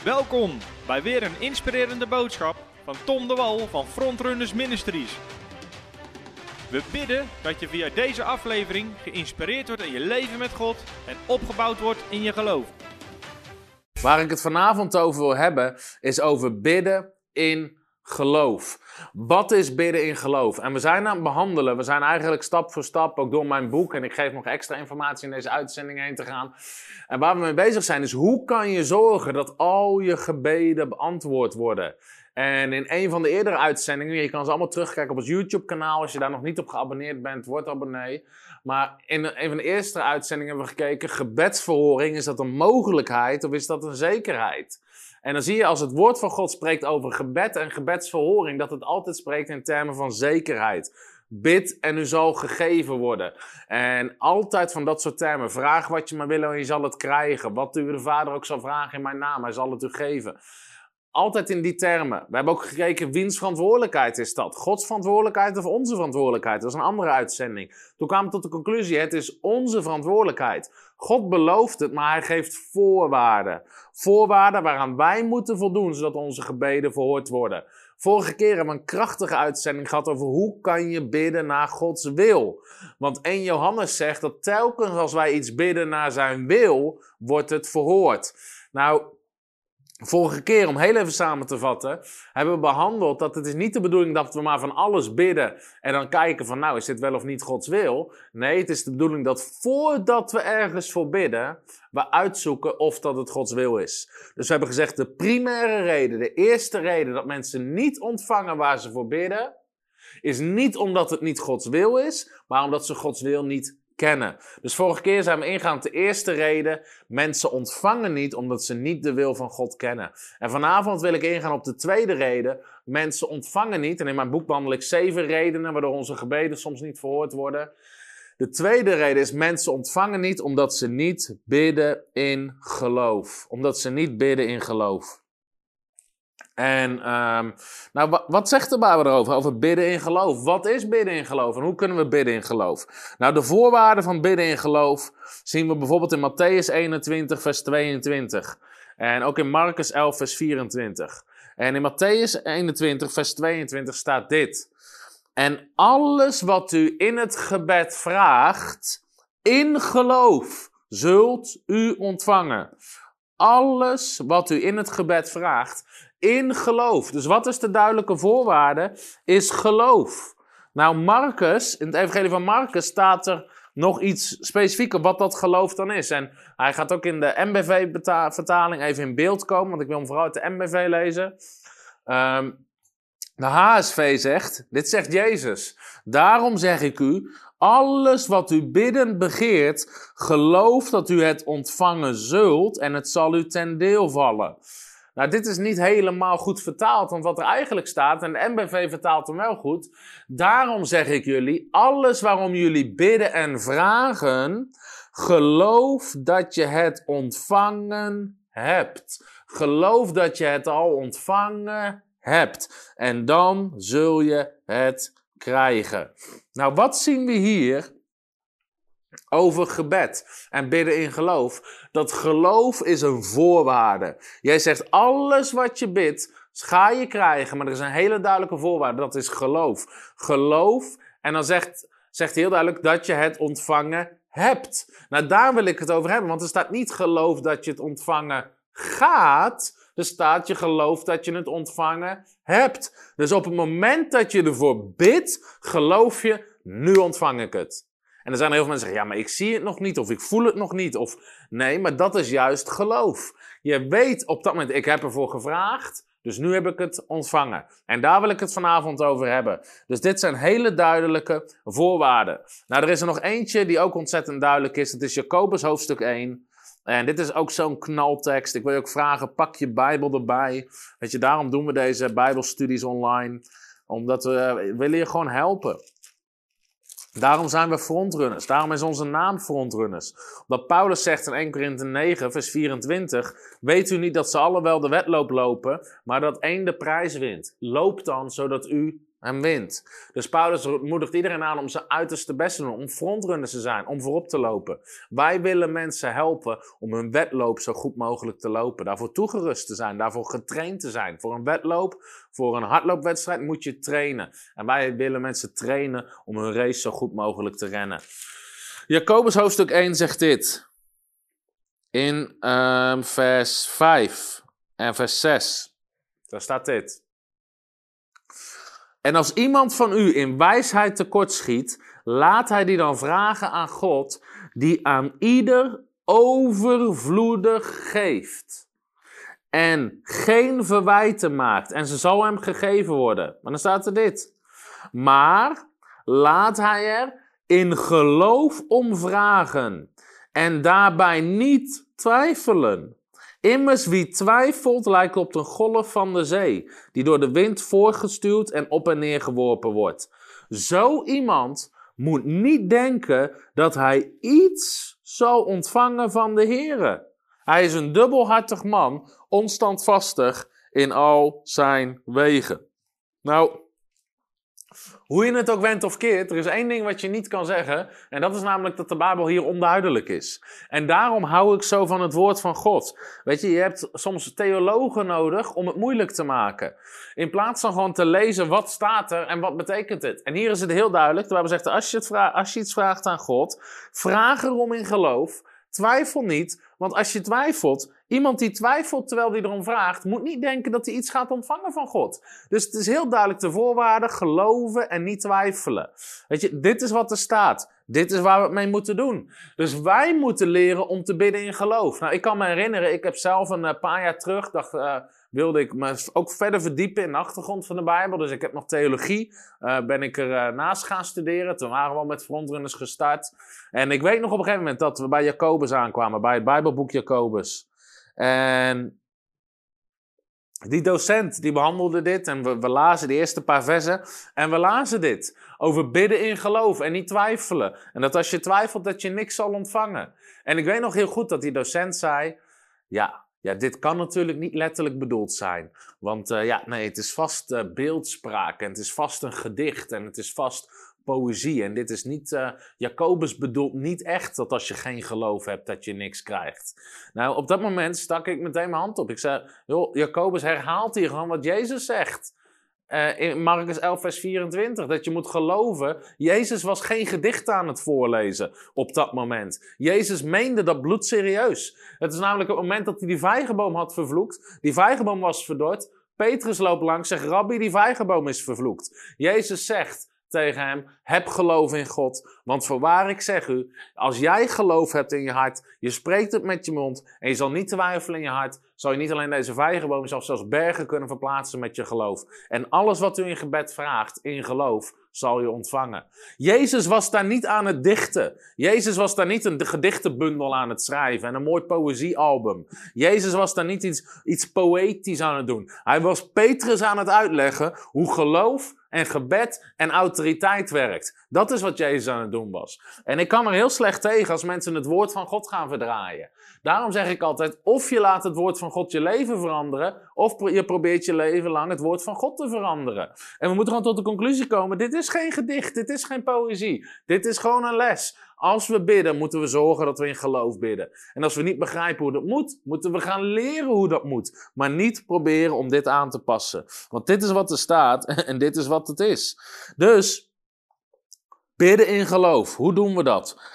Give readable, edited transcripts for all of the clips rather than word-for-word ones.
Welkom bij weer een inspirerende boodschap van Tom de Wal van Frontrunners Ministries. We bidden dat je via deze aflevering geïnspireerd wordt in je leven met God en opgebouwd wordt in je geloof. Waar ik het vanavond over wil hebben, is over bidden in geloof. Wat is bidden in geloof? En we zijn aan het behandelen, we zijn eigenlijk stap voor stap, ook door mijn boek, en ik geef nog extra informatie in deze uitzending heen te gaan. En waar we mee bezig zijn is, hoe kan je zorgen dat al je gebeden beantwoord worden? En in een van de eerdere uitzendingen, je kan ze allemaal terugkijken op ons YouTube-kanaal, als je daar nog niet op geabonneerd bent, word abonnee. Maar in een van de eerste uitzendingen hebben we gekeken, gebedsverhoring, is dat een mogelijkheid of is dat een zekerheid? En dan zie je als het woord van God spreekt over gebed en gebedsverhoring, dat het altijd spreekt in termen van zekerheid. Bid en u zal gegeven worden. En altijd van dat soort termen. Vraag wat je maar wil en je zal het krijgen. Wat u de Vader ook zal vragen in mijn naam, hij zal het u geven. Altijd in die termen. We hebben ook gekeken, wiens verantwoordelijkheid is dat? Gods verantwoordelijkheid of onze verantwoordelijkheid? Dat is een andere uitzending. Toen kwamen we tot de conclusie, het is onze verantwoordelijkheid. God belooft het, maar hij geeft voorwaarden. Voorwaarden waaraan wij moeten voldoen, zodat onze gebeden verhoord worden. Vorige keer hebben we een krachtige uitzending gehad over hoe kan je bidden naar Gods wil. Want 1 Johannes zegt dat telkens als wij iets bidden naar zijn wil, wordt het verhoord. Nou, vorige keer, om heel even samen te vatten, hebben we behandeld dat het is niet de bedoeling dat we maar van alles bidden en dan kijken van nou, is dit wel of niet Gods wil? Nee, het is de bedoeling dat voordat we ergens voor bidden, we uitzoeken of dat het Gods wil is. Dus we hebben gezegd, de primaire reden, de eerste reden dat mensen niet ontvangen waar ze voor bidden, is niet omdat het niet Gods wil is, maar omdat ze Gods wil niet kennen. Dus vorige keer zijn we ingegaan op de eerste reden. Mensen ontvangen niet omdat ze niet de wil van God kennen. En vanavond wil ik ingaan op de tweede reden. Mensen ontvangen niet. En in mijn boek behandel ik 7 redenen waardoor onze gebeden soms niet verhoord worden. De tweede reden is mensen ontvangen niet omdat ze niet bidden in geloof. Omdat ze niet bidden in geloof. En wat zegt de Bijbel erover? Over bidden in geloof. Wat is bidden in geloof en hoe kunnen we bidden in geloof? Nou, de voorwaarden van bidden in geloof zien we bijvoorbeeld in Mattheüs 21 vers 22. En ook in Marcus 11 vers 24. En in Mattheüs 21 vers 22 staat dit. En alles wat u in het gebed vraagt, in geloof, zult u ontvangen. Alles wat u in het gebed vraagt, in geloof. Dus wat is de duidelijke voorwaarde? Is geloof. Nou, Marcus, in het evangelie van Marcus staat er nog iets specifieker wat dat geloof dan is. En hij gaat ook in de MBV-vertaling even in beeld komen, want ik wil hem vooral uit de MBV lezen. De HSV zegt, dit zegt Jezus. Daarom zeg ik u, alles wat u bidden begeert, geloof dat u het ontvangen zult en het zal u ten deel vallen. Nou, dit is niet helemaal goed vertaald, want wat er eigenlijk staat, en de MBV vertaalt hem wel goed. Daarom zeg ik jullie, alles waarom jullie bidden en vragen, geloof dat je het ontvangen hebt. Geloof dat je het al ontvangen hebt. En dan zul je het krijgen. Nou, wat zien we hier over gebed en bidden in geloof? Dat geloof is een voorwaarde. Jij zegt alles wat je bidt, ga je krijgen, maar er is een hele duidelijke voorwaarde, dat is geloof. Geloof, en dan zegt hij heel duidelijk dat je het ontvangen hebt. Nou, daar wil ik het over hebben, want er staat niet geloof dat je het ontvangen gaat. Er staat je geloof dat je het ontvangen hebt. Dus op het moment dat je ervoor bidt, geloof je, nu ontvang ik het. En er zijn heel veel mensen die zeggen, ja, maar ik zie het nog niet, of ik voel het nog niet. Of nee, maar dat is juist geloof. Je weet op dat moment, ik heb ervoor gevraagd, dus nu heb ik het ontvangen. En daar wil ik het vanavond over hebben. Dus dit zijn hele duidelijke voorwaarden. Nou, er is er nog eentje die ook ontzettend duidelijk is. Dat is Jacobus hoofdstuk 1. En dit is ook zo'n knaltekst. Ik wil je ook vragen, pak je Bijbel erbij. Weet je, daarom doen we deze Bijbelstudies online. Omdat we willen je gewoon helpen. Daarom zijn we frontrunners. Daarom is onze naam frontrunners. Omdat Paulus zegt in 1 Korinthe 9 vers 24. Weet u niet dat ze alle wel de wedloop lopen, maar dat één de prijs wint. Loop dan, zodat u en wint. Dus Paulus moedigt iedereen aan om zijn uiterste best te doen, om frontrunners te zijn, om voorop te lopen. Wij willen mensen helpen om hun wedloop zo goed mogelijk te lopen. Daarvoor toegerust te zijn, daarvoor getraind te zijn. Voor een wedloop, voor een hardloopwedstrijd moet je trainen. En wij willen mensen trainen om hun race zo goed mogelijk te rennen. Jacobus hoofdstuk 1 zegt dit. In vers 5 en vers 6. Daar staat dit. En als iemand van u in wijsheid tekortschiet, laat hij die dan vragen aan God, die aan ieder overvloedig geeft. En geen verwijten maakt. En ze zal hem gegeven worden. Maar dan staat er dit. Maar laat hij er in geloof om vragen. En daarbij niet twijfelen. Immers wie twijfelt lijkt op de golf van de zee, die door de wind voortgestuwd en op en neer geworpen wordt. Zo iemand moet niet denken dat hij iets zal ontvangen van de Heere. Hij is een dubbelhartig man, onstandvastig in al zijn wegen. Nou, hoe je het ook wendt of keert, er is één ding wat je niet kan zeggen. En dat is namelijk dat de Bijbel hier onduidelijk is. En daarom hou ik zo van het woord van God. Weet je hebt soms theologen nodig om het moeilijk te maken. In plaats van gewoon te lezen wat staat er en wat betekent het. En hier is het heel duidelijk. De Bijbel zegt, als je iets vraagt aan God, vraag erom in geloof. Twijfel niet, want als je twijfelt, iemand die twijfelt terwijl hij erom vraagt, moet niet denken dat hij iets gaat ontvangen van God. Dus het is heel duidelijk de voorwaarde, geloven en niet twijfelen. Weet je, dit is wat er staat. Dit is waar we het mee moeten doen. Dus wij moeten leren om te bidden in geloof. Nou, ik kan me herinneren, ik heb zelf een paar jaar terug, wilde ik me ook verder verdiepen in de achtergrond van de Bijbel. Dus ik heb nog theologie, ben ik er naast gaan studeren. Toen waren we al met frontrunners gestart. En ik weet nog op een gegeven moment dat we bij Jacobus aankwamen, bij het Bijbelboek Jacobus. En die docent die behandelde dit en we lazen de eerste paar versen. En we lazen dit over bidden in geloof en niet twijfelen. En dat als je twijfelt dat je niks zal ontvangen. En ik weet nog heel goed dat die docent zei, ja, dit kan natuurlijk niet letterlijk bedoeld zijn. Want het is vast beeldspraak en het is vast een gedicht en het is vast poëzie. En dit is niet, Jacobus bedoelt niet echt dat als je geen geloof hebt dat je niks krijgt. Nou, op dat moment stak ik meteen mijn hand op. Ik zei, joh, Jacobus herhaalt hier gewoon wat Jezus zegt. In Marcus 11 vers 24, dat je moet geloven. Jezus was geen gedicht aan het voorlezen op dat moment. Jezus meende dat bloedserieus. Het is namelijk het moment dat hij die vijgenboom had vervloekt. Die vijgenboom was verdord. Petrus loopt langs, zegt, Rabbi, die vijgenboom is vervloekt. Jezus zegt tegen hem, heb geloof in God. Want voorwaar ik zeg u, als jij geloof hebt in je hart, je spreekt het met je mond en je zal niet twijfelen in je hart, zal je niet alleen deze vijgenboom, maar zelfs bergen kunnen verplaatsen met je geloof. En alles wat u in gebed vraagt, in geloof, zal je ontvangen. Jezus was daar niet aan het dichten. Jezus was daar niet een gedichtenbundel aan het schrijven en een mooi poëziealbum. Jezus was daar niet iets poëtisch aan het doen. Hij was Petrus aan het uitleggen hoe geloof en gebed en autoriteit werkt. Dat is wat Jezus aan het doen was. En ik kan er heel slecht tegen als mensen het woord van God gaan verdraaien. Daarom zeg ik altijd, of je laat het woord van God je leven veranderen, of je probeert je leven lang het woord van God te veranderen. En we moeten gewoon tot de conclusie komen, dit is geen gedicht, dit is geen poëzie. Dit is gewoon een les. Als we bidden, moeten we zorgen dat we in geloof bidden. En als we niet begrijpen hoe dat moet, moeten we gaan leren hoe dat moet. Maar niet proberen om dit aan te passen. Want dit is wat er staat en dit is wat het is. Dus, bidden in geloof. Hoe doen we dat?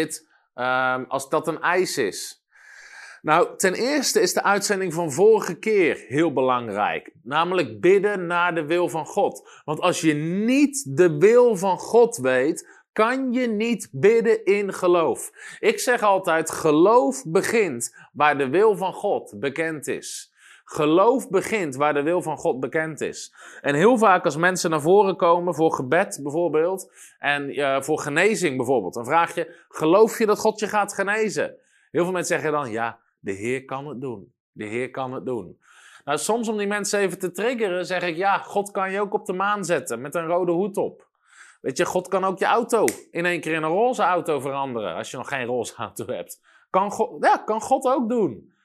Als dat een eis is. Nou, ten eerste is de uitzending van vorige keer heel belangrijk. Namelijk bidden naar de wil van God. Want als je niet de wil van God weet, kan je niet bidden in geloof. Ik zeg altijd, geloof begint waar de wil van God bekend is. Geloof begint waar de wil van God bekend is. En heel vaak als mensen naar voren komen voor gebed bijvoorbeeld, en voor genezing bijvoorbeeld, dan vraag je, geloof je dat God je gaat genezen? Heel veel mensen zeggen dan, ja, de Heer kan het doen. De Heer kan het doen. Nou, soms om die mensen even te triggeren, zeg ik, ja, God kan je ook op de maan zetten met een rode hoed op. Weet je, God kan ook je auto in één keer in een roze auto veranderen, als je nog geen roze auto hebt. Kan God ook doen.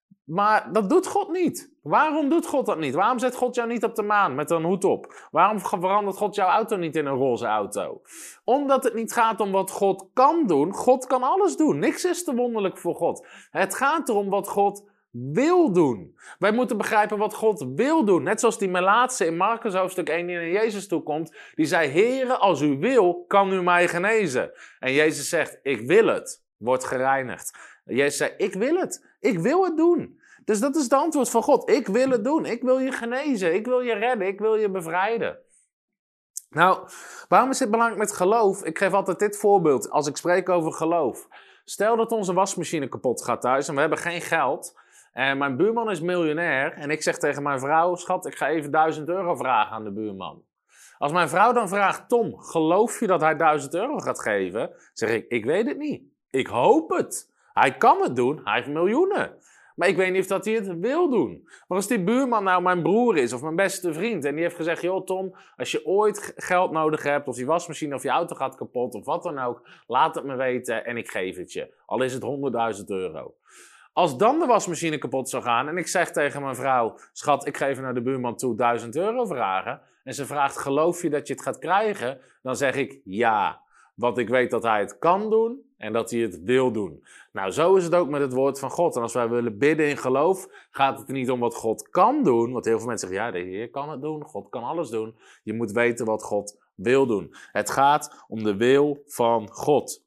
Maar dat doet God niet. Waarom doet God dat niet? Waarom zet God jou niet op de maan met een hoed op? Waarom verandert God jouw auto niet in een roze auto? Omdat het niet gaat om wat God kan doen. God kan alles doen. Niks is te wonderlijk voor God. Het gaat erom wat God wil doen. Wij moeten begrijpen wat God wil doen. Net zoals die melaatse in Marcus hoofdstuk 1 die naar Jezus toe komt. Die zei, Heere, als u wil, kan u mij genezen. En Jezus zegt, ik wil het. Wordt gereinigd. Jezus zei, ik wil het. Ik wil het doen. Dus dat is het antwoord van God. Ik wil het doen. Ik wil je genezen. Ik wil je redden. Ik wil je bevrijden. Nou, waarom is dit belangrijk met geloof? Ik geef altijd dit voorbeeld als ik spreek over geloof. Stel dat onze wasmachine kapot gaat thuis en we hebben geen geld. En mijn buurman is miljonair en ik zeg tegen mijn vrouw, schat, ik ga even 1000 euro vragen aan de buurman. Als mijn vrouw dan vraagt, Tom, geloof je dat hij 1000 euro gaat geven? Zeg ik weet het niet. Ik hoop het. Hij kan het doen, hij heeft miljoenen. Maar ik weet niet of dat hij het wil doen. Maar als die buurman nou mijn broer is of mijn beste vriend en die heeft gezegd, joh Tom, als je ooit geld nodig hebt of die wasmachine of je auto gaat kapot of wat dan ook, laat het me weten en ik geef het je. Al is het 100.000 euro. Als dan de wasmachine kapot zou gaan en ik zeg tegen mijn vrouw, schat, ik geef naar de buurman toe 1000 euro vragen en ze vraagt, geloof je dat je het gaat krijgen? Dan zeg ik ja. Want ik weet dat hij het kan doen en dat hij het wil doen. Nou, zo is het ook met het woord van God. En als wij willen bidden in geloof, gaat het er niet om wat God kan doen. Want heel veel mensen zeggen, ja, de Heer kan het doen. God kan alles doen. Je moet weten wat God wil doen. Het gaat om de wil van God.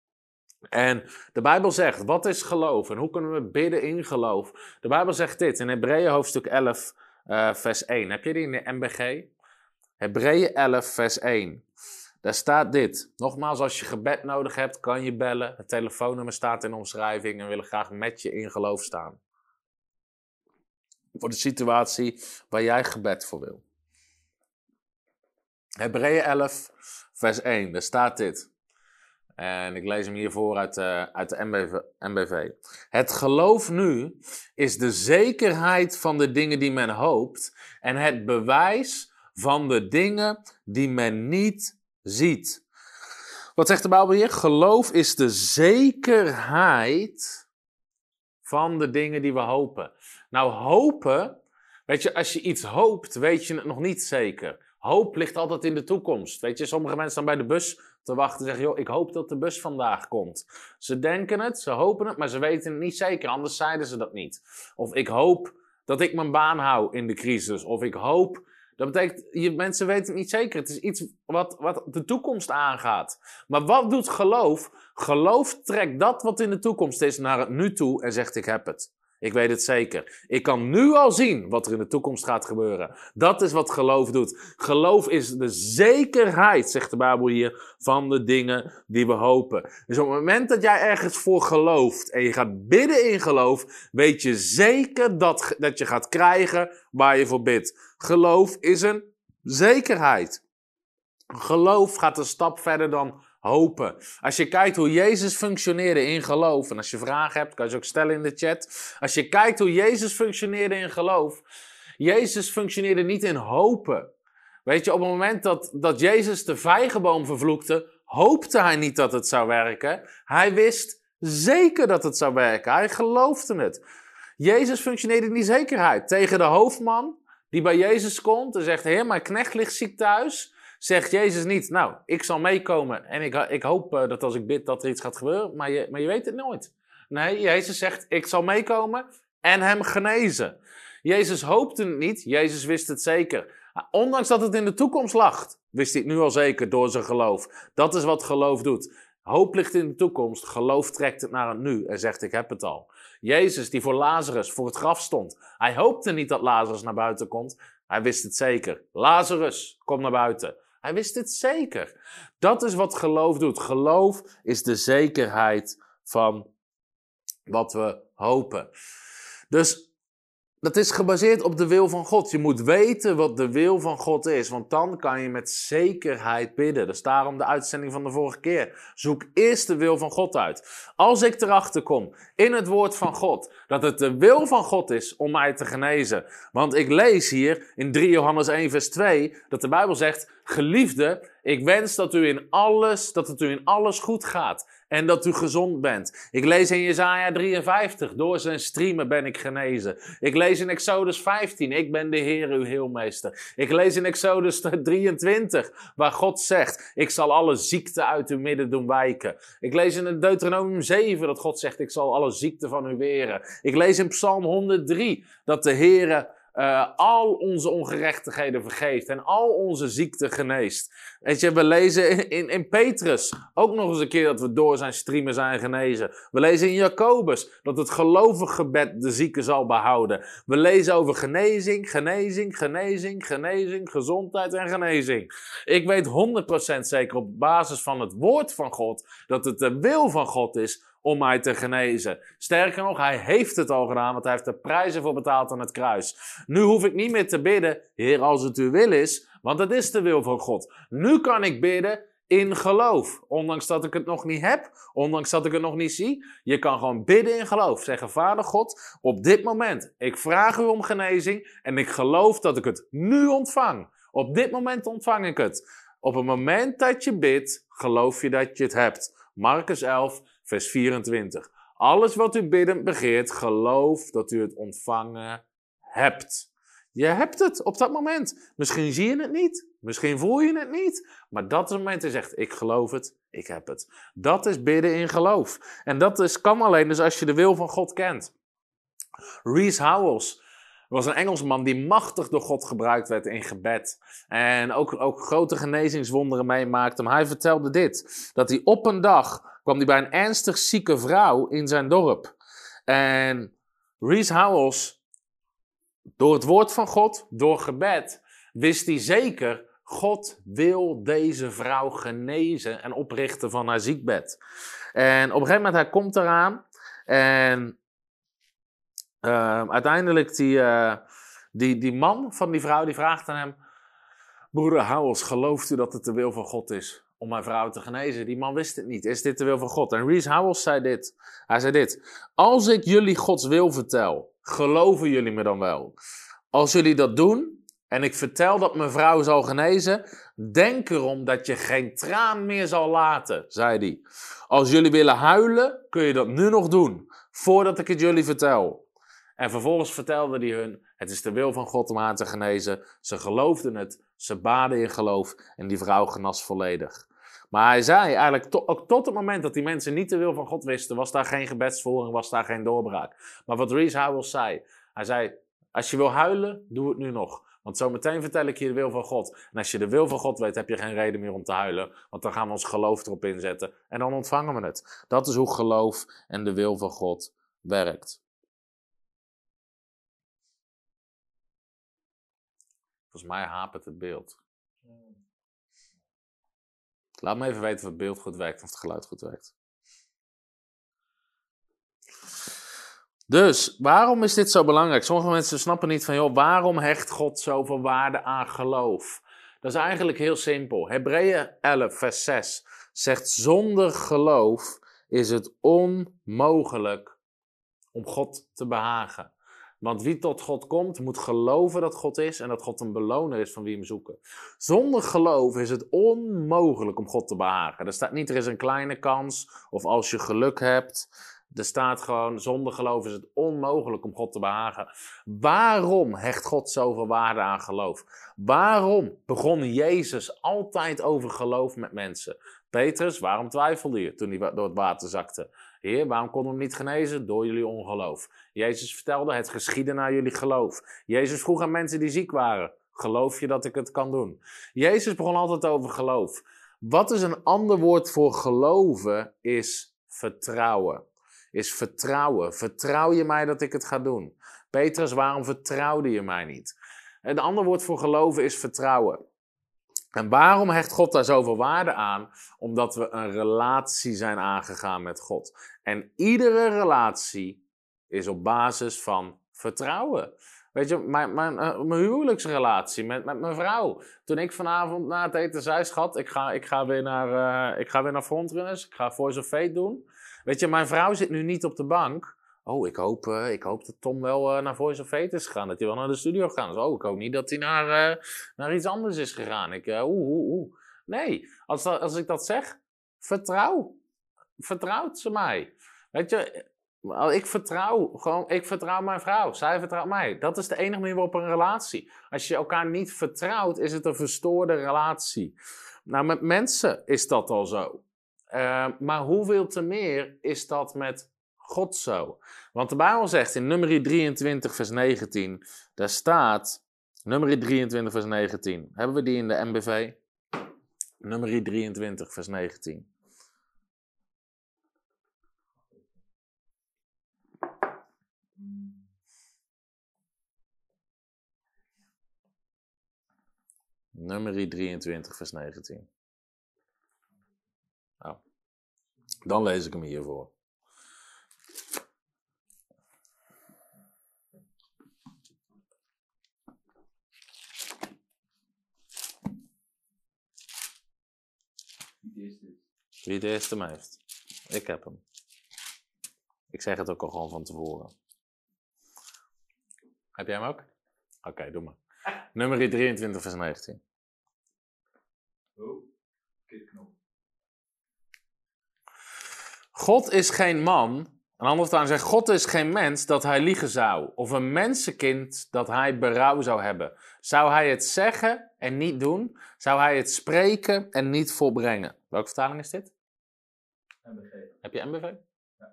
En de Bijbel zegt, wat is geloof? En hoe kunnen we bidden in geloof? De Bijbel zegt dit in Hebreeën hoofdstuk 11, vers 1. Heb je die in de MBG? Hebreeën 11, vers 1. Daar staat dit. Nogmaals, als je gebed nodig hebt, kan je bellen. Het telefoonnummer staat in de omschrijving en we willen graag met je in geloof staan. Voor de situatie waar jij gebed voor wil. Hebreeën 11, vers 1. Daar staat dit. En ik lees hem hiervoor uit de MBV. Het geloof nu is de zekerheid van de dingen die men hoopt en het bewijs van de dingen die men niet ziet. Wat zegt de Bijbel hier? Geloof is de zekerheid van de dingen die we hopen. Nou, hopen, weet je, als je iets hoopt, weet je het nog niet zeker. Hoop ligt altijd in de toekomst. Weet je, sommige mensen staan bij de bus te wachten en zeggen, joh, ik hoop dat de bus vandaag komt. Ze denken het, ze hopen het, maar ze weten het niet zeker, anders zeiden ze dat niet. Of ik hoop dat ik mijn baan hou in de crisis. Of ik hoop. Dat betekent, mensen weten het niet zeker. Het is iets wat de toekomst aangaat. Maar wat doet geloof? Geloof trekt dat wat in de toekomst is naar het nu toe en zegt ik heb het. Ik weet het zeker. Ik kan nu al zien wat er in de toekomst gaat gebeuren. Dat is wat geloof doet. Geloof is de zekerheid, zegt de Bijbel hier, van de dingen die we hopen. Dus op het moment dat jij ergens voor gelooft en je gaat bidden in geloof, weet je zeker dat je gaat krijgen waar je voor bidt. Geloof is een zekerheid. Geloof gaat een stap verder dan hopen. Als je kijkt hoe Jezus functioneerde in geloof, en als je vragen hebt, kan je ze ook stellen in de chat. Als je kijkt hoe Jezus functioneerde in geloof, Jezus functioneerde niet in hopen. Weet je, op het moment dat Jezus de vijgenboom vervloekte, hoopte hij niet dat het zou werken. Hij wist zeker dat het zou werken. Hij geloofde het. Jezus functioneerde in die zekerheid. Tegen de hoofdman die bij Jezus komt en zegt, Heer, mijn knecht ligt ziek thuis, zegt Jezus niet, nou, ik zal meekomen en ik hoop dat als ik bid dat er iets gaat gebeuren, maar je weet het nooit. Nee, Jezus zegt, ik zal meekomen en hem genezen. Jezus hoopte het niet, Jezus wist het zeker. Ondanks dat het in de toekomst lag, wist hij het nu al zeker door zijn geloof. Dat is wat geloof doet. Hoop ligt in de toekomst, geloof trekt het naar het nu en zegt, ik heb het al. Jezus die voor Lazarus voor het graf stond, hij hoopte niet dat Lazarus naar buiten komt, hij wist het zeker. Lazarus, kom naar buiten. Hij wist het zeker. Dat is wat geloof doet. Geloof is de zekerheid van wat we hopen. Dus dat is gebaseerd op de wil van God. Je moet weten wat de wil van God is, want dan kan je met zekerheid bidden. Dat is daarom de uitzending van de vorige keer. Zoek eerst de wil van God uit. Als ik erachter kom in het woord van God, dat het de wil van God is om mij te genezen. Want ik lees hier in 3 Johannes 1 vers 2, dat de Bijbel zegt, geliefde, ik wens dat het u in alles goed gaat. en dat u gezond bent. Ik lees in Jesaja 53, door zijn striemen ben ik genezen. Ik lees in Exodus 15, ik ben de Heer uw heelmeester. Ik lees in Exodus 23, waar God zegt, ik zal alle ziekte uit uw midden doen wijken. Ik lees in Deuteronomium 7, dat God zegt, ik zal alle ziekte van u weren. Ik lees in Psalm 103, dat de Heer al onze ongerechtigheden vergeeft en al onze ziekte geneest. Weet je, we lezen in Petrus ook nog eens een keer dat we door zijn striemen zijn genezen. We lezen in Jacobus dat het gelovig gebed de zieke zal behouden. We lezen over genezing, gezondheid en genezing. Ik weet 100% zeker op basis van het woord van God dat het de wil van God is om mij te genezen. Sterker nog, hij heeft het al gedaan, want hij heeft de prijzen voor betaald aan het kruis. Nu hoef ik niet meer te bidden, Heer, als het uw wil is, want het is de wil van God. Nu kan ik bidden in geloof, ondanks dat ik het nog niet heb, ondanks dat ik het nog niet zie. Je kan gewoon bidden in geloof. Zeggen, Vader God, op dit moment, ik vraag u om genezing en ik geloof dat ik het nu ontvang. Op dit moment ontvang ik het. Op het moment dat je bidt, geloof je dat je het hebt. Marcus 11, vers 24. Alles wat u biddend begeert, geloof dat u het ontvangen hebt. Je hebt het op dat moment. Misschien zie je het niet. Misschien voel je het niet. Maar dat is het moment dat je zegt, ik geloof het, ik heb het. Dat is bidden in geloof. En dat kan alleen dus als je de wil van God kent. Rees Howells was een Engelsman die machtig door God gebruikt werd in gebed. En ook grote genezingswonderen meemaakte. Maar hij vertelde dit. Dat hij op een dag kwam hij bij een ernstig zieke vrouw in zijn dorp. En Rees Howells, door het woord van God, door gebed, wist hij zeker, God wil deze vrouw genezen en oprichten van haar ziekbed. En op een gegeven moment, hij komt eraan en uiteindelijk die man van die vrouw, die vraagt aan hem, broeder Howells, gelooft u dat het de wil van God is om mijn vrouw te genezen? Die man wist het niet. Is dit de wil van God? En Rees Howells zei dit. Hij zei dit. Als ik jullie Gods wil vertel, geloven jullie me dan wel? Als jullie dat doen en ik vertel dat mijn vrouw zal genezen, denk erom dat je geen traan meer zal laten, zei hij. Als jullie willen huilen, kun je dat nu nog doen, voordat ik het jullie vertel. En vervolgens vertelde hij hun, het is de wil van God om haar te genezen. Ze geloofden het, ze baden in geloof en die vrouw genas volledig. Maar hij zei eigenlijk, ook tot het moment dat die mensen niet de wil van God wisten, was daar geen gebedsvoering, was daar geen doorbraak. Maar wat Rees Howells zei, hij zei, als je wil huilen, doe het nu nog. Want zometeen vertel ik je de wil van God. En als je de wil van God weet, heb je geen reden meer om te huilen. Want dan gaan we ons geloof erop inzetten en dan ontvangen we het. Dat is hoe geloof en de wil van God werkt. Volgens mij hapert het beeld. Laat me even weten of het beeld goed werkt of het geluid goed werkt. Dus, waarom is dit zo belangrijk? Sommige mensen snappen niet van, joh, waarom hecht God zoveel waarde aan geloof? Dat is eigenlijk heel simpel. Hebreeën 11, vers 6 zegt, zonder geloof is het onmogelijk om God te behagen. Want wie tot God komt, moet geloven dat God is en dat God een beloner is van wie hem zoeken. Zonder geloof is het onmogelijk om God te behagen. Er staat niet, er is een kleine kans of als je geluk hebt. Er staat gewoon, zonder geloof is het onmogelijk om God te behagen. Waarom hecht God zoveel waarde aan geloof? Waarom begon Jezus altijd over geloof met mensen? Petrus, waarom twijfelde je toen hij door het water zakte? Heer, waarom kon hem niet genezen? Door jullie ongeloof. Jezus vertelde, het geschiedde naar jullie geloof. Jezus vroeg aan mensen die ziek waren, geloof je dat ik het kan doen? Jezus begon altijd over geloof. Wat is een ander woord voor geloven? Is vertrouwen. Is vertrouwen. Vertrouw je mij dat ik het ga doen? Petrus, waarom vertrouwde je mij niet? Een ander woord voor geloven is vertrouwen. En waarom hecht God daar zoveel waarde aan? Omdat we een relatie zijn aangegaan met God. En iedere relatie is op basis van vertrouwen. Weet je, mijn huwelijksrelatie met mijn vrouw. Toen ik vanavond na het eten zei, schat, ik ga weer naar Frontrunners. Ik ga Voice of Faith doen. Weet je, mijn vrouw zit nu niet op de bank. Oh, ik hoop dat Tom wel naar Voice of Faith is gegaan. Dat hij wel naar de studio gegaan is. Oh, ik hoop niet dat hij naar iets anders is gegaan. Nee, als ik dat zeg, vertrouw. vertrouwt ze mij. Weet je, ik vertrouw mijn vrouw. Zij vertrouwt mij. Dat is de enige manier waarop een relatie. Als je elkaar niet vertrouwt, is het een verstoorde relatie. Nou, met mensen is dat al zo. Maar hoeveel te meer is dat met God zo? Want de Bijbel zegt in Numeri 23 vers 19, daar staat, Numeri 23 vers 19, hebben we die in de MBV? Numeri 23 vers 19. Numeri 23 vers 19. Nou, dan lees ik hem hiervoor. Wie het eerste hem heeft. Ik heb hem. Ik zeg het ook al gewoon van tevoren. Heb jij hem ook? Oké, doe maar. Numeri 23 vers 19. Oh, kitknop. God is geen man, een ander vertaling zegt, God is geen mens dat hij liegen zou. Of een mensenkind dat hij berouw zou hebben. Zou hij het zeggen en niet doen? Zou hij het spreken en niet volbrengen? Welke vertaling is dit? MBG. Heb je MBV? Ja.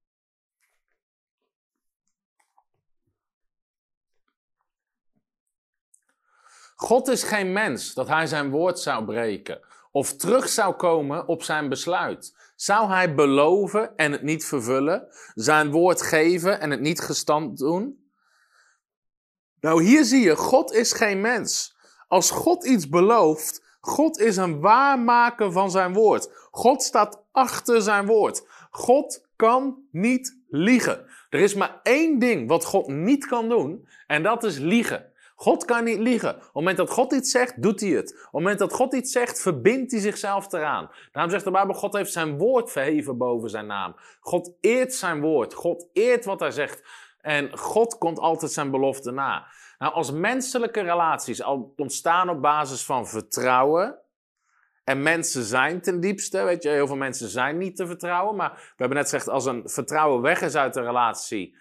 God is geen mens dat hij zijn woord zou breken. Of terug zou komen op zijn besluit. Zou hij beloven en het niet vervullen? Zijn woord geven en het niet gestand doen? Nou, hier zie je, God is geen mens. Als God iets belooft, God is een waarmaker van zijn woord. God staat achter zijn woord. God kan niet liegen. Er is maar één ding wat God niet kan doen, en dat is liegen. God kan niet liegen. Op het moment dat God iets zegt, doet hij het. Op het moment dat God iets zegt, verbindt hij zichzelf eraan. Daarom zegt de Bijbel, God heeft zijn woord verheven boven zijn naam. God eert zijn woord. God eert wat hij zegt. En God komt altijd zijn belofte na. Nou, als menselijke relaties al ontstaan op basis van vertrouwen, en mensen zijn ten diepste, weet je, heel veel mensen zijn niet te vertrouwen, maar we hebben net gezegd, als een vertrouwen weg is uit de relatie,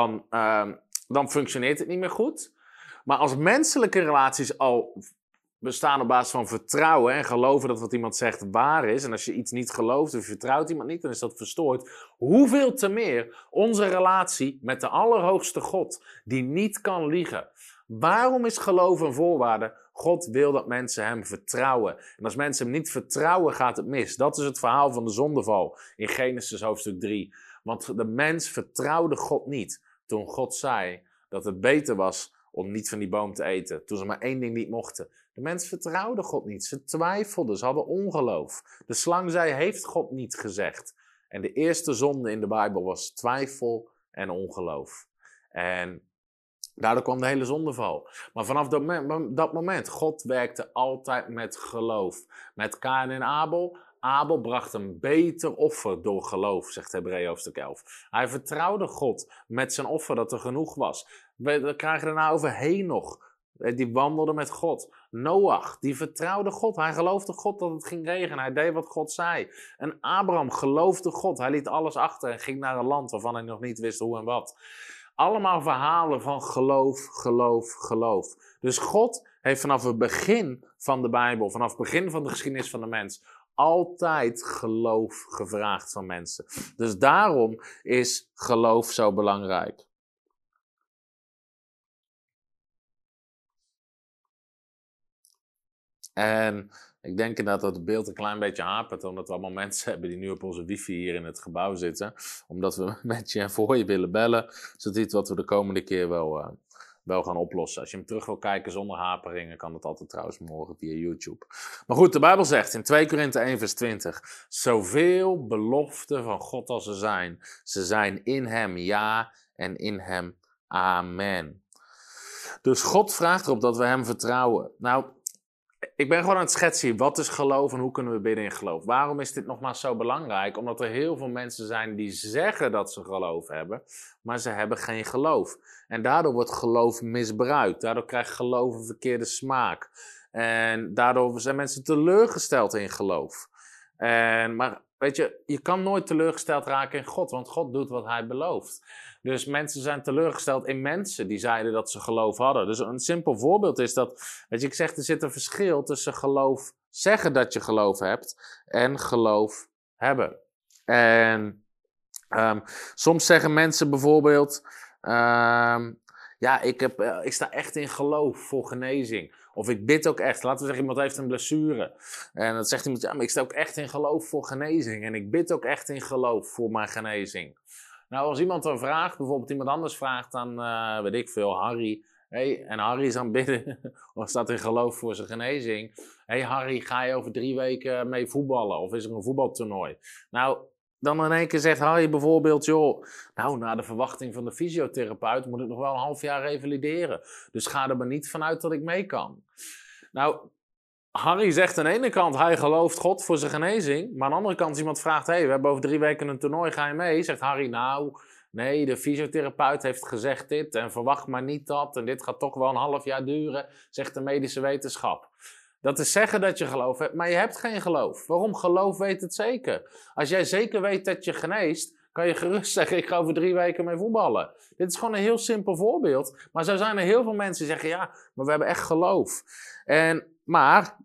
dan functioneert het niet meer goed. Maar als menselijke relaties al bestaan op basis van vertrouwen en geloven dat wat iemand zegt waar is, en als je iets niet gelooft of je vertrouwt iemand niet, dan is dat verstoord. Hoeveel te meer onze relatie met de Allerhoogste God, die niet kan liegen. Waarom is geloof een voorwaarde? God wil dat mensen hem vertrouwen. En als mensen hem niet vertrouwen, gaat het mis. Dat is het verhaal van de zondeval in Genesis hoofdstuk 3. Want de mens vertrouwde God niet toen God zei dat het beter was om niet van die boom te eten. Toen ze maar één ding niet mochten. De mens vertrouwde God niet. Ze twijfelden. Ze hadden ongeloof. De slang zei, heeft God niet gezegd. En de eerste zonde in de Bijbel was twijfel en ongeloof. En daardoor kwam de hele zondeval. Maar vanaf dat moment, God werkte altijd met geloof. Met Kaïn en Abel. Abel bracht een beter offer door geloof, zegt Hebreeën hoofdstuk 11. Hij vertrouwde God met zijn offer dat er genoeg was. We krijgen daarna over Henoch. Die wandelde met God. Noach, die vertrouwde God. Hij geloofde God dat het ging regenen. Hij deed wat God zei. En Abraham geloofde God. Hij liet alles achter en ging naar een land waarvan hij nog niet wist hoe en wat. Allemaal verhalen van geloof, geloof, geloof. Dus God heeft vanaf het begin van de Bijbel, vanaf het begin van de geschiedenis van de mens, altijd geloof gevraagd van mensen. Dus daarom is geloof zo belangrijk. En ik denk inderdaad dat het beeld een klein beetje hapert, omdat we allemaal mensen hebben die nu op onze wifi hier in het gebouw zitten. Omdat we met je en voor je willen bellen. Dus dat is iets wat we de komende keer wel gaan oplossen. Als je hem terug wil kijken zonder haperingen, kan dat altijd trouwens morgen via YouTube. Maar goed, de Bijbel zegt in 2 Korinthe 1 vers 20. Zoveel beloften van God als er zijn. Ze zijn in hem ja en in hem amen. Dus God vraagt erop dat we hem vertrouwen. Nou, ik ben gewoon aan het schetsen, wat is geloof en hoe kunnen we bidden in geloof? Waarom is dit nogmaals zo belangrijk? Omdat er heel veel mensen zijn die zeggen dat ze geloof hebben, maar ze hebben geen geloof. En daardoor wordt geloof misbruikt. Daardoor krijgt geloof een verkeerde smaak. En daardoor zijn mensen teleurgesteld in geloof. Maar weet je kan nooit teleurgesteld raken in God, want God doet wat hij belooft. Dus mensen zijn teleurgesteld in mensen die zeiden dat ze geloof hadden. Dus een simpel voorbeeld is dat, weet je, ik zeg, er zit een verschil tussen geloof, zeggen dat je geloof hebt, en geloof hebben. En soms zeggen mensen bijvoorbeeld, ik sta echt in geloof voor genezing. Of ik bid ook echt. Laten we zeggen, iemand heeft een blessure. En dan zegt iemand, ja, maar ik sta ook echt in geloof voor genezing. En ik bid ook echt in geloof voor mijn genezing. Nou, als iemand dan vraagt, bijvoorbeeld iemand anders vraagt aan, weet ik veel, Harry. Hey, en Harry is aan het bidden, of staat in geloof voor zijn genezing. Hey Harry, ga je over 3 weken mee voetballen? Of is er een voetbaltoernooi? Nou, dan in één keer zegt Harry bijvoorbeeld, joh, nou, na de verwachting van de fysiotherapeut moet ik nog wel een half jaar revalideren. Dus ga er maar niet vanuit dat ik mee kan. Nou, Harry zegt aan de ene kant, hij gelooft God voor zijn genezing. Maar aan de andere kant, als iemand vraagt, hey, we hebben over 3 weken een toernooi, ga je mee? Zegt Harry, nou, nee, de fysiotherapeut heeft gezegd dit en verwacht maar niet dat. En dit gaat toch wel een half jaar duren, zegt de medische wetenschap. Dat is zeggen dat je geloof hebt, maar je hebt geen geloof. Waarom? Geloof weet het zeker. Als jij zeker weet dat je geneest, kan je gerust zeggen, ik ga over 3 weken mee voetballen. Dit is gewoon een heel simpel voorbeeld. Maar zo zijn er heel veel mensen die zeggen, ja, maar we hebben echt geloof. Maar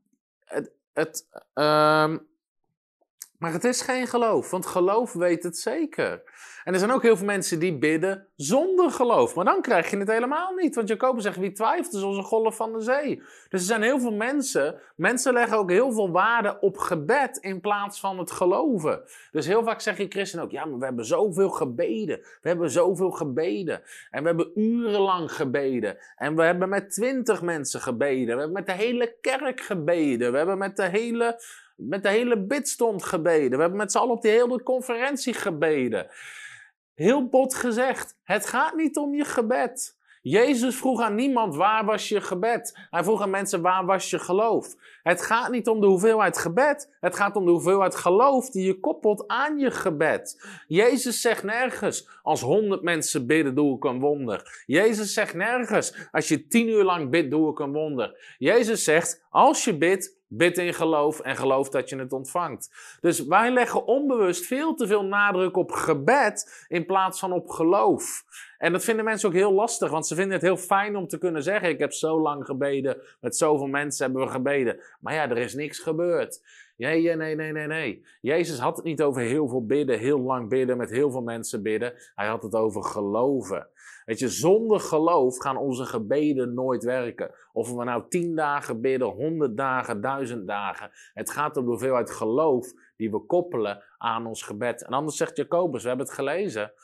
het is geen geloof, want geloof weet het zeker. En er zijn ook heel veel mensen die bidden zonder geloof. Maar dan krijg je het helemaal niet. Want Jacobus zegt, wie twijfelt is als een golf van de zee. Dus er zijn heel veel mensen leggen ook heel veel waarde op gebed in plaats van het geloven. Dus heel vaak zeg je christen ook, ja, maar we hebben zoveel gebeden. We hebben zoveel gebeden. En we hebben urenlang gebeden. En we hebben met 20 mensen gebeden. We hebben met de hele kerk gebeden. We hebben met de hele bidstond gebeden. We hebben met z'n allen op die hele conferentie gebeden. Heel bot gezegd, het gaat niet om je gebed. Jezus vroeg aan niemand, waar was je gebed? Hij vroeg aan mensen, waar was je geloof? Het gaat niet om de hoeveelheid gebed. Het gaat om de hoeveelheid geloof die je koppelt aan je gebed. Jezus zegt nergens, als 100 mensen bidden, doe ik een wonder. Jezus zegt nergens, als je 10 uur lang bidt, doe ik een wonder. Jezus zegt, als je bidt, bid in geloof en geloof dat je het ontvangt. Dus wij leggen onbewust veel te veel nadruk op gebed in plaats van op geloof. En dat vinden mensen ook heel lastig, want ze vinden het heel fijn om te kunnen zeggen, ik heb zo lang gebeden, met zoveel mensen hebben we gebeden. Maar ja, er is niks gebeurd. Nee. Jezus had het niet over heel veel bidden, heel lang bidden, met heel veel mensen bidden. Hij had het over geloven. Weet je, zonder geloof gaan onze gebeden nooit werken. Of we nou 10 dagen bidden, 100 dagen, 1000 dagen. Het gaat om de hoeveelheid geloof die we koppelen aan ons gebed. En anders zegt Jacobus, we hebben het gelezen.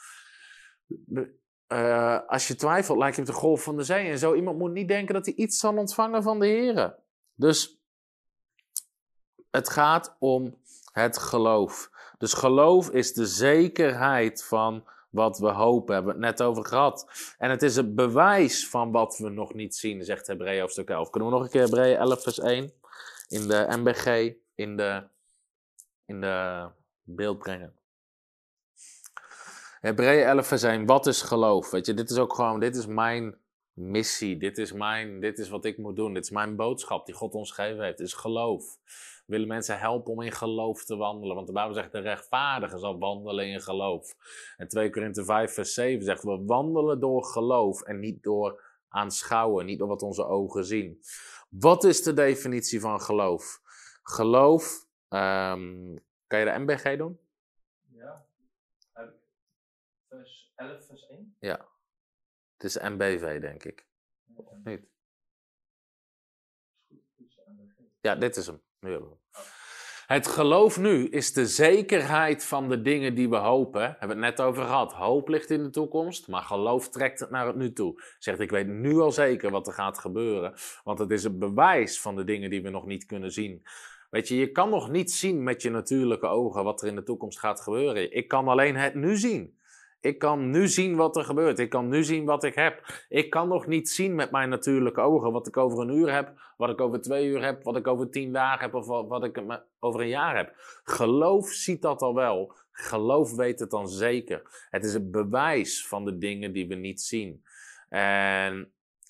Als je twijfelt, lijkt je op de golf van de zee. En zo iemand moet niet denken dat hij iets zal ontvangen van de Heer. Dus het gaat om het geloof. Dus geloof is de zekerheid van wat we hopen, hebben we het net over gehad. En het is het bewijs van wat we nog niet zien, zegt Hebreeën hoofdstuk 11. Kunnen we nog een keer Hebreeën 11 vers 1 in de MBG in de beeld brengen. Hebreeën 11 vers 1, wat is geloof? Weet je, dit is ook gewoon, dit is mijn missie, dit is wat ik moet doen, dit is mijn boodschap die God ons gegeven heeft, dit is geloof. We willen mensen helpen om in geloof te wandelen. Want de Bijbel zegt, de rechtvaardige zal wandelen in geloof. En 2 Korinthe 5 vers 7 zegt, we wandelen door geloof en niet door aanschouwen. Niet door wat onze ogen zien. Wat is de definitie van geloof? Geloof, kan je de MBG doen? Ja. Vers 11 vers 1? Ja. Het is MBV, denk ik. Of niet? Ja, dit is hem. Nu hebben we hem. Het geloof nu is de zekerheid van de dingen die we hopen. Hebben we het net over gehad. Hoop ligt in de toekomst, maar geloof trekt het naar het nu toe. Zegt, ik weet nu al zeker wat er gaat gebeuren. Want het is het bewijs van de dingen die we nog niet kunnen zien. Weet je, je kan nog niet zien met je natuurlijke ogen wat er in de toekomst gaat gebeuren. Ik kan alleen het nu zien. Ik kan nu zien wat er gebeurt. Ik kan nu zien wat ik heb. Ik kan nog niet zien met mijn natuurlijke ogen wat ik over een uur heb, wat ik over 2 uur heb, wat ik over 10 dagen heb of wat ik over een jaar heb. Geloof ziet dat al wel. Geloof weet het dan zeker. Het is het bewijs van de dingen die we niet zien. En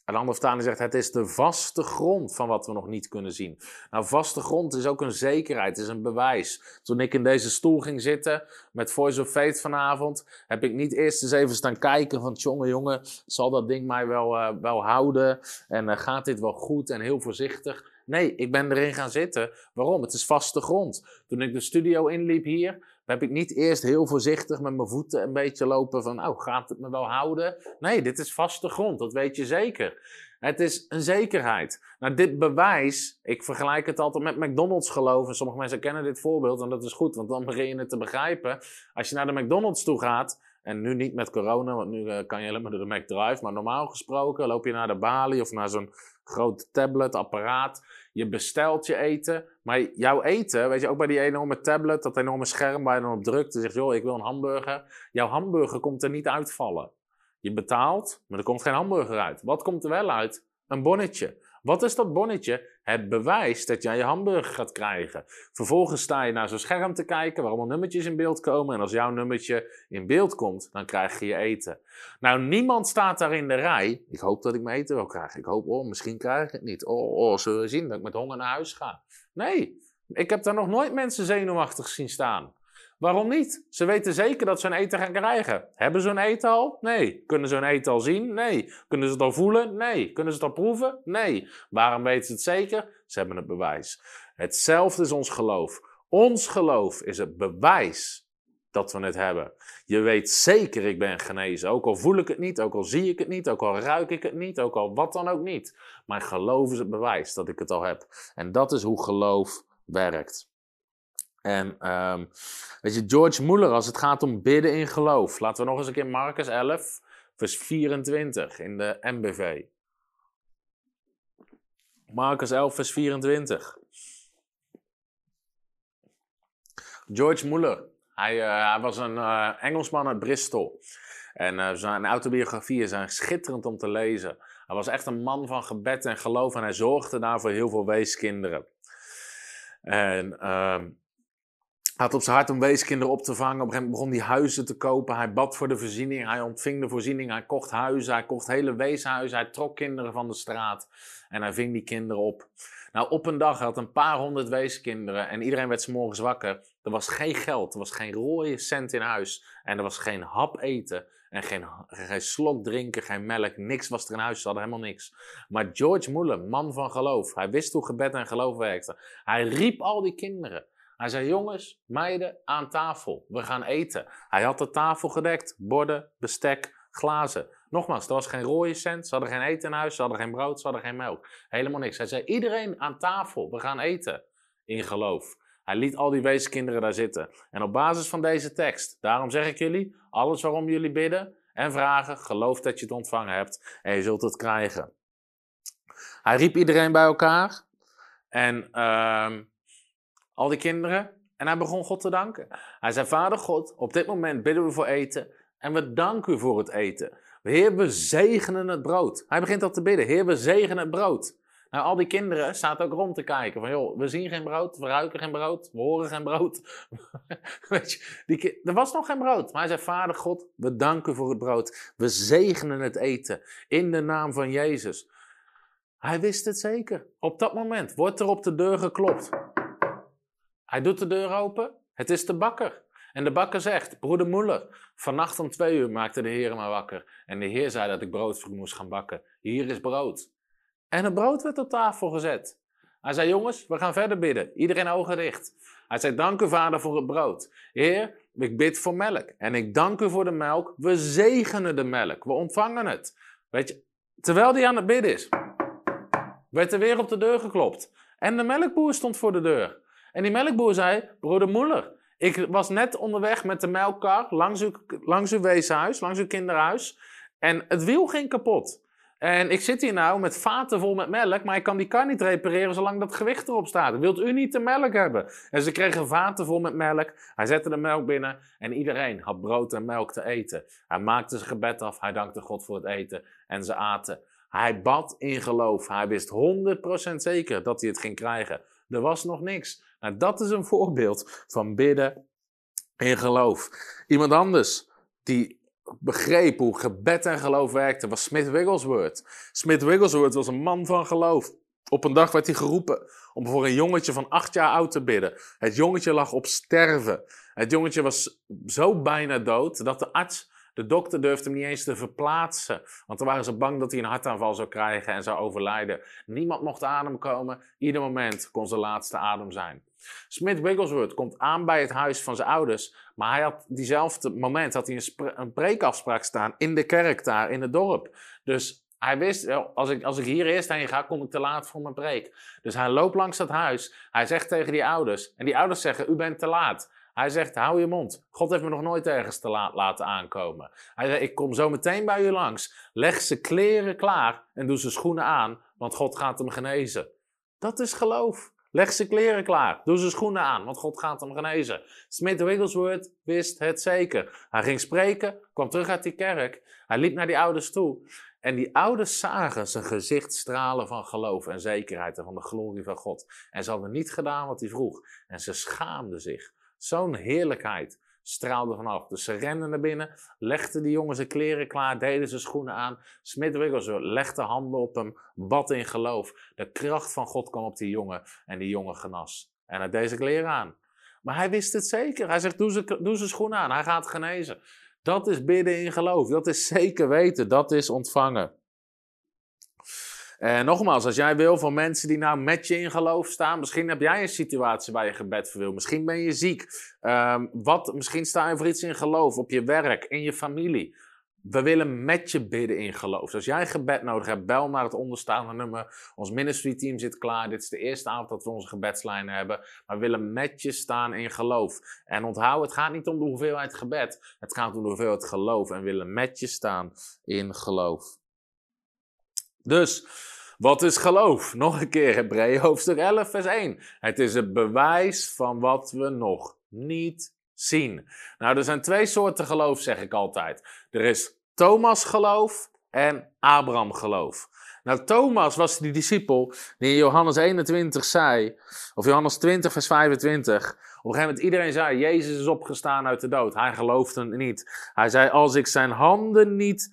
Een andere vertaling zegt, het is de vaste grond van wat we nog niet kunnen zien. Nou, vaste grond is ook een zekerheid, is een bewijs. Toen ik in deze stoel ging zitten met Voice of Faith vanavond, heb ik niet eerst eens even staan kijken van, jongen, zal dat ding mij wel houden? En gaat dit wel goed? En heel voorzichtig. Nee, ik ben erin gaan zitten. Waarom? Het is vaste grond. Toen ik de studio inliep hier, heb ik niet eerst heel voorzichtig met mijn voeten een beetje lopen van, gaat het me wel houden? Nee, dit is vaste grond, dat weet je zeker. Het is een zekerheid. Nou, dit bewijs, ik vergelijk het altijd met McDonald's geloof. En sommige mensen kennen dit voorbeeld en dat is goed, want dan begin je het te begrijpen. Als je naar de McDonald's toe gaat, en nu niet met corona, want nu kan je helemaal door de McDrive, maar normaal gesproken loop je naar de balie of naar zo'n groot tablet, apparaat. Je bestelt je eten, maar jouw eten, weet je, ook bij die enorme tablet, dat enorme scherm waar je dan op drukt en zegt, joh, ik wil een hamburger. Jouw hamburger komt er niet uitvallen. Je betaalt, maar er komt geen hamburger uit. Wat komt er wel uit? Een bonnetje. Wat is dat bonnetje? Het bewijs dat jij je hamburger gaat krijgen. Vervolgens sta je naar zo'n scherm te kijken waar allemaal nummertjes in beeld komen. En als jouw nummertje in beeld komt, dan krijg je je eten. Nou, niemand staat daar in de rij. Ik hoop dat ik mijn eten wel krijg. Ik hoop, misschien krijg ik het niet. Zullen we zien dat ik met honger naar huis ga? Nee, ik heb daar nog nooit mensen zenuwachtig zien staan. Waarom niet? Ze weten zeker dat ze een eten gaan krijgen. Hebben ze een eten al? Nee. Kunnen ze een eten al zien? Nee. Kunnen ze het al voelen? Nee. Kunnen ze het al proeven? Nee. Waarom weten ze het zeker? Ze hebben het bewijs. Hetzelfde is ons geloof. Ons geloof is het bewijs dat we het hebben. Je weet zeker, ik ben genezen. Ook al voel ik het niet, ook al zie ik het niet, ook al ruik ik het niet, ook al wat dan ook niet. Maar geloof is het bewijs dat ik het al heb. En dat is hoe geloof werkt. En weet je, George Muller, als het gaat om bidden in geloof. Laten we nog eens een keer Marcus 11, vers 24 in de MBV. Marcus 11, vers 24. George Muller, hij was een Engelsman uit Bristol. En zijn autobiografieën zijn schitterend om te lezen. Hij was echt een man van gebed en geloof en hij zorgde daar voor heel veel weeskinderen. En hij had op zijn hart om weeskinderen op te vangen. Op een gegeven moment begon hij huizen te kopen. Hij bad voor de voorziening. Hij ontving de voorziening. Hij kocht huizen. Hij kocht hele weeshuizen. Hij trok kinderen van de straat. En hij ving die kinderen op. Nou, op een dag had een paar honderd weeskinderen. En iedereen werd 's morgens wakker. Er was geen geld. Er was geen rode cent in huis. En er was geen hap eten. En geen slok drinken. Geen melk. Niks was er in huis. Ze hadden helemaal niks. Maar George Muller, man van geloof. Hij wist hoe gebed en geloof werkte. Hij riep al die kinderen. Hij zei, jongens, meiden, aan tafel. We gaan eten. Hij had de tafel gedekt. Borden, bestek, glazen. Nogmaals, er was geen rode cent. Ze hadden geen eten in huis. Ze hadden geen brood. Ze hadden geen melk. Helemaal niks. Hij zei, iedereen aan tafel. We gaan eten. In geloof. Hij liet al die weeskinderen daar zitten. En op basis van deze tekst, daarom zeg ik jullie, alles waarom jullie bidden en vragen, geloof dat je het ontvangen hebt. En je zult het krijgen. Hij riep iedereen bij elkaar. En al die kinderen. En hij begon God te danken. Hij zei, Vader God, op dit moment bidden we voor eten. En we danken u voor het eten. Heer, we zegenen het brood. Hij begint al te bidden. Heer, we zegenen het brood. Nou, al die kinderen zaten ook rond te kijken. Van, joh, we zien geen brood, we ruiken geen brood, we horen geen brood. Weet je, er was nog geen brood. Maar hij zei, Vader God, we danken u voor het brood. We zegenen het eten. In de naam van Jezus. Hij wist het zeker. Op dat moment wordt er op de deur geklopt. Hij doet de deur open. Het is de bakker. En de bakker zegt, broeder Muller, vannacht om 2 uur maakte de Heer mij wakker. En de Heer zei dat ik brood voor u moest gaan bakken. Hier is brood. En het brood werd op tafel gezet. Hij zei, jongens, we gaan verder bidden. Iedereen ogen dicht. Hij zei, dank u Vader voor het brood. Heer, ik bid voor melk. En ik dank u voor de melk. We zegenen de melk. We ontvangen het. Weet je, terwijl hij aan het bidden is, werd er weer op de deur geklopt. En de melkboer stond voor de deur. En die melkboer zei, broeder Muller, ik was net onderweg met de melkkar langs uw weeshuis, langs uw kinderhuis. En het wiel ging kapot. En ik zit hier nou met vaten vol met melk, maar ik kan die kar niet repareren zolang dat gewicht erop staat. Wilt u niet de melk hebben? En ze kregen vaten vol met melk. Hij zette de melk binnen en iedereen had brood en melk te eten. Hij maakte zijn gebed af, hij dankte God voor het eten en ze aten. Hij bad in geloof. Hij wist 100% zeker dat hij het ging krijgen. Er was nog niks. Nou, dat is een voorbeeld van bidden in geloof. Iemand anders die begreep hoe gebed en geloof werkte, was Smith Wigglesworth. Smith Wigglesworth was een man van geloof. Op een dag werd hij geroepen om voor een jongetje van 8 jaar oud te bidden. Het jongetje lag op sterven. Het jongetje was zo bijna dood dat de dokter durfde hem niet eens te verplaatsen. Want dan waren ze bang dat hij een hartaanval zou krijgen en zou overlijden. Niemand mocht adem komen. Ieder moment kon zijn laatste adem zijn. Smith Wigglesworth komt aan bij het huis van zijn ouders. Maar hij had diezelfde moment een preekafspraak staan in de kerk daar in het dorp. Dus hij wist, als ik hier eerst heen ga, kom ik te laat voor mijn preek. Dus hij loopt langs dat huis. Hij zegt tegen die ouders. En die ouders zeggen, u bent te laat. Hij zegt, hou je mond. God heeft me nog nooit ergens te laat laten aankomen. Hij zegt, ik kom zo meteen bij u langs. Leg zijn kleren klaar en doe zijn schoenen aan, want God gaat hem genezen. Dat is geloof. Leg zijn kleren klaar. Doe zijn schoenen aan, want God gaat hem genezen. Smith Wigglesworth wist het zeker. Hij ging spreken, kwam terug uit die kerk. Hij liep naar die ouders toe. En die ouders zagen zijn gezicht stralen van geloof en zekerheid en van de glorie van God. En ze hadden niet gedaan wat hij vroeg. En ze schaamden zich. Zo'n heerlijkheid straalde vanaf. Dus ze renden naar binnen, legden die jongen zijn kleren klaar, deden zijn schoenen aan. Smith Wigglesworth legde handen op hem, bad in geloof. De kracht van God kwam op die jongen en die jongen genas. En hij deed zijn kleren aan. Maar hij wist het zeker. Hij zegt, doe zijn schoenen aan, hij gaat genezen. Dat is bidden in geloof. Dat is zeker weten. Dat is ontvangen. En nogmaals, als jij wil van mensen die nou met je in geloof staan. Misschien heb jij een situatie waar je gebed voor wil. Misschien ben je ziek. Misschien sta je voor iets in geloof. Op je werk, in je familie. We willen met je bidden in geloof. Dus als jij gebed nodig hebt, bel naar het onderstaande nummer. Ons ministry team zit klaar. Dit is de eerste avond dat we onze gebedslijnen hebben. Maar we willen met je staan in geloof. En onthoud, het gaat niet om de hoeveelheid gebed. Het gaat om de hoeveelheid geloof. En we willen met je staan in geloof. Dus, wat is geloof? Nog een keer, Hebreeën hoofdstuk 11 vers 1. Het is het bewijs van wat we nog niet zien. Nou, er zijn 2 soorten geloof, zeg ik altijd. Er is Thomas geloof en Abraham geloof. Nou, Thomas was die discipel die in Johannes 21 zei, of Johannes 20 vers 25. Op een gegeven moment iedereen zei, Jezus is opgestaan uit de dood. Hij geloofde het niet. Hij zei, als ik in zijn handen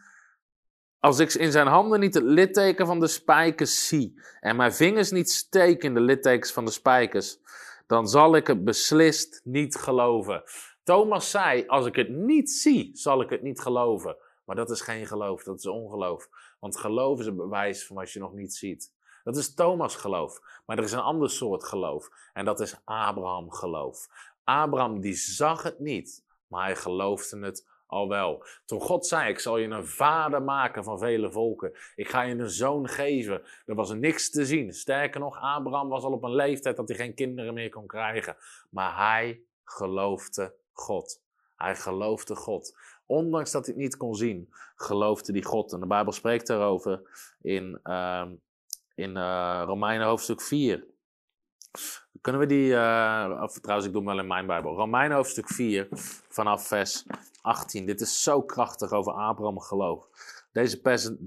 niet het litteken van de spijkers zie en mijn vingers niet steek in de littekens van de spijkers, dan zal ik het beslist niet geloven. Thomas zei, als ik het niet zie, zal ik het niet geloven. Maar dat is geen geloof, dat is ongeloof. Want geloof is een bewijs van wat je nog niet ziet. Dat is Thomas geloof. Maar er is een ander soort geloof. En dat is Abraham geloof. Abraham die zag het niet, maar hij geloofde het al wel. Toen God zei, ik zal je een vader maken van vele volken. Ik ga je een zoon geven. Er was niks te zien. Sterker nog, Abraham was al op een leeftijd dat hij geen kinderen meer kon krijgen. Maar hij geloofde God. Hij geloofde God. Ondanks dat hij het niet kon zien, geloofde hij God. En de Bijbel spreekt daarover in Romeinen hoofdstuk 4. Kunnen we die, trouwens ik doe hem wel in mijn Bijbel. Romeinen hoofdstuk 4 vanaf vers 18. Dit is zo krachtig over Abraham geloof. Deze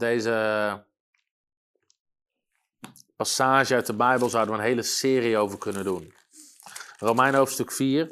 passage uit de Bijbel zouden we een hele serie over kunnen doen. Romeinen hoofdstuk 4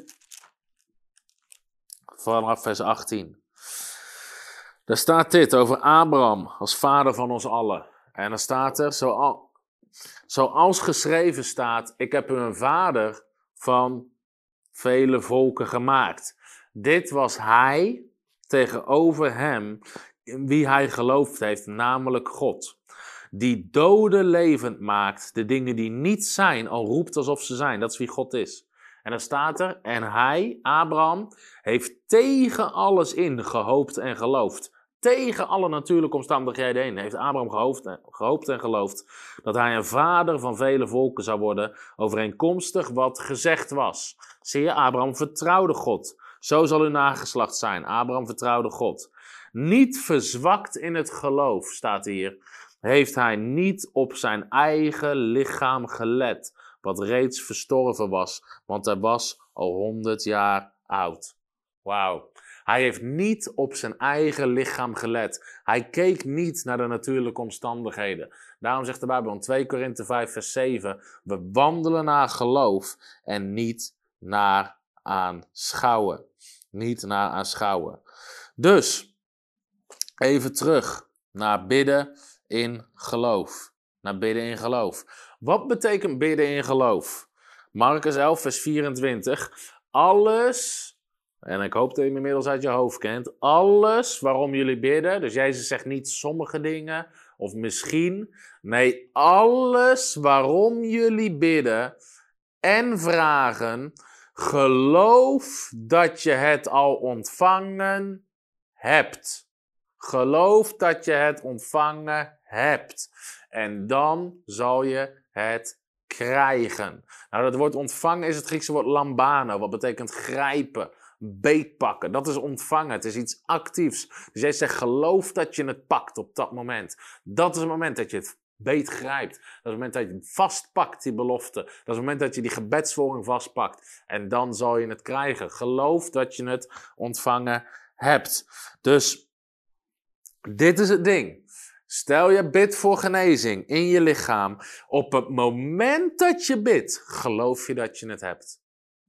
vanaf vers 18. Daar staat dit over Abraham als vader van ons allen. En dan staat er, zoals geschreven staat, ik heb u een vader van vele volken gemaakt. Dit was hij tegenover hem in wie hij geloofd heeft, namelijk God. Die doden levend maakt, de dingen die niet zijn, al roept alsof ze zijn. Dat is wie God is. En dan staat er, en hij, Abraham, heeft tegen alles in gehoopt en geloofd. Tegen alle natuurlijke omstandigheden heen heeft Abraham gehoopt en geloofd dat hij een vader van vele volken zou worden, overeenkomstig wat gezegd was. Zie je, Abraham vertrouwde God. Zo zal uw nageslacht zijn. Abraham vertrouwde God. Niet verzwakt in het geloof, staat hier, heeft hij niet op zijn eigen lichaam gelet, wat reeds verstorven was, want hij was al 100 jaar oud. Wauw. Hij heeft niet op zijn eigen lichaam gelet. Hij keek niet naar de natuurlijke omstandigheden. Daarom zegt de Bijbel in 2 Korinthe 5 vers 7, we wandelen naar geloof en niet naar aanschouwen. Niet naar aanschouwen. Dus, even terug naar bidden in geloof. Naar bidden in geloof. Wat betekent bidden in geloof? Marcus 11, vers 24. Alles, en ik hoop dat je hem inmiddels uit je hoofd kent, alles waarom jullie bidden, dus Jezus zegt niet sommige dingen of misschien, nee, alles waarom jullie bidden en vragen, geloof dat je het al ontvangen hebt. Geloof dat je het ontvangen hebt. En dan zal je het krijgen. Nou, dat woord ontvangen is het Griekse woord lambano, wat betekent grijpen, beetpakken. Dat is ontvangen, het is iets actiefs. Dus jij zegt, geloof dat je het pakt op dat moment. Dat is het moment dat je het beetgrijpt. Dat is het moment dat je het vastpakt, die belofte. Dat is het moment dat je die gebedsvoering vastpakt. En dan zal je het krijgen. Geloof dat je het ontvangen hebt. Dus dit is het ding. Stel je bidt voor genezing in je lichaam. Op het moment dat je bidt, geloof je dat je het hebt.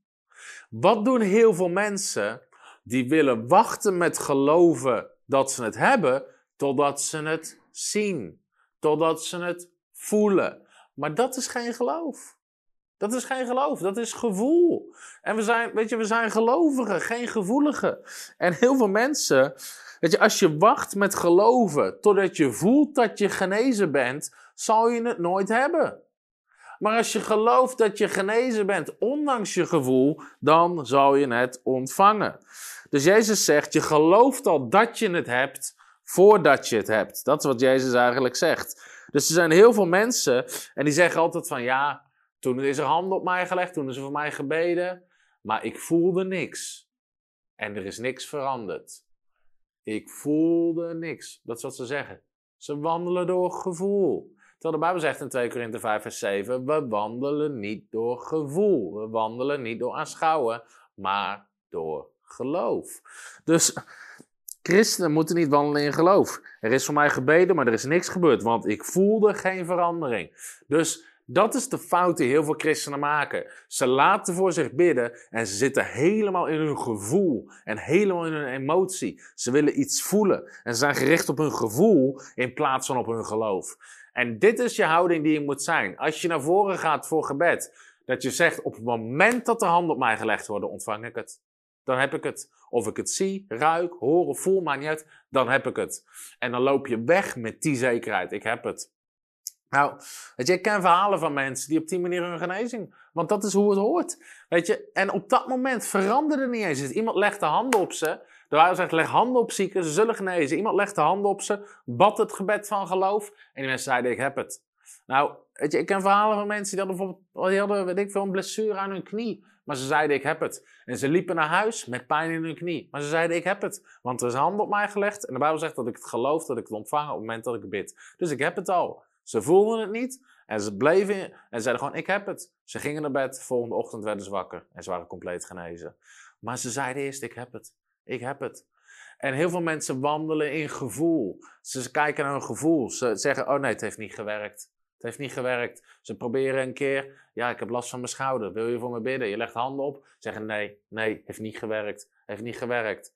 Wat doen heel veel mensen? Die willen wachten met geloven dat ze het hebben, totdat ze het zien. Totdat ze het voelen. Maar dat is geen geloof. Dat is geen geloof, dat is gevoel. En we zijn gelovigen, geen gevoeligen. En heel veel mensen, als je wacht met geloven totdat je voelt dat je genezen bent, zal je het nooit hebben. Maar als je gelooft dat je genezen bent, ondanks je gevoel, dan zal je het ontvangen. Dus Jezus zegt, je gelooft al dat je het hebt, voordat je het hebt. Dat is wat Jezus eigenlijk zegt. Dus er zijn heel veel mensen, en die zeggen altijd van, ja, toen is er hand op mij gelegd, toen is er voor mij gebeden, maar ik voelde niks. En er is niks veranderd. Ik voelde niks. Dat is wat ze zeggen. Ze wandelen door gevoel. Terwijl de Bijbel zegt in 2 Korinthe 5 vers 7, we wandelen niet door gevoel. We wandelen niet door aanschouwen, maar door geloof. Dus christenen moeten niet wandelen in geloof. Er is voor mij gebeden, maar er is niks gebeurd, want ik voelde geen verandering. Dus dat is de fout die heel veel christenen maken. Ze laten voor zich bidden en ze zitten helemaal in hun gevoel en helemaal in hun emotie. Ze willen iets voelen en ze zijn gericht op hun gevoel in plaats van op hun geloof. En dit is je houding die je moet zijn. Als je naar voren gaat voor gebed, dat je zegt, op het moment dat de handen op mij gelegd worden, ontvang ik het. Dan heb ik het. Of ik het zie, ruik, hoor of voel, maakt niet uit, dan heb ik het. En dan loop je weg met die zekerheid, ik heb het. Nou, weet je, ik ken verhalen van mensen die op die manier hun genezing, want dat is hoe het hoort. Weet je, en op dat moment veranderde niet eens. Iemand legt de handen op ze. De Bijbel zegt, leg handen op zieken, ze zullen genezen. Iemand legt de handen op ze, bad het gebed van geloof. En die mensen zeiden, ik heb het. Nou, weet je, ik ken verhalen van mensen die hadden bijvoorbeeld, weet ik veel, een blessure aan hun knie. Maar ze zeiden, ik heb het. En ze liepen naar huis met pijn in hun knie. Maar ze zeiden, ik heb het. Want er is handen op mij gelegd. En de Bijbel zegt dat ik het geloof, dat ik het ontvang op het moment dat ik bid. Dus ik heb het al. Ze voelden het niet. En ze bleven en zeiden gewoon, ik heb het. Ze gingen naar bed, volgende ochtend werden ze wakker. En ze waren compleet genezen. Maar ze zeiden eerst, ik heb het. Ik heb het. En heel veel mensen wandelen in gevoel. Ze kijken naar hun gevoel. Ze zeggen, oh nee, het heeft niet gewerkt. Het heeft niet gewerkt. Ze proberen een keer, ja, ik heb last van mijn schouder. Wil je voor me bidden? Je legt handen op. Zeggen, nee, heeft niet gewerkt. Heeft niet gewerkt.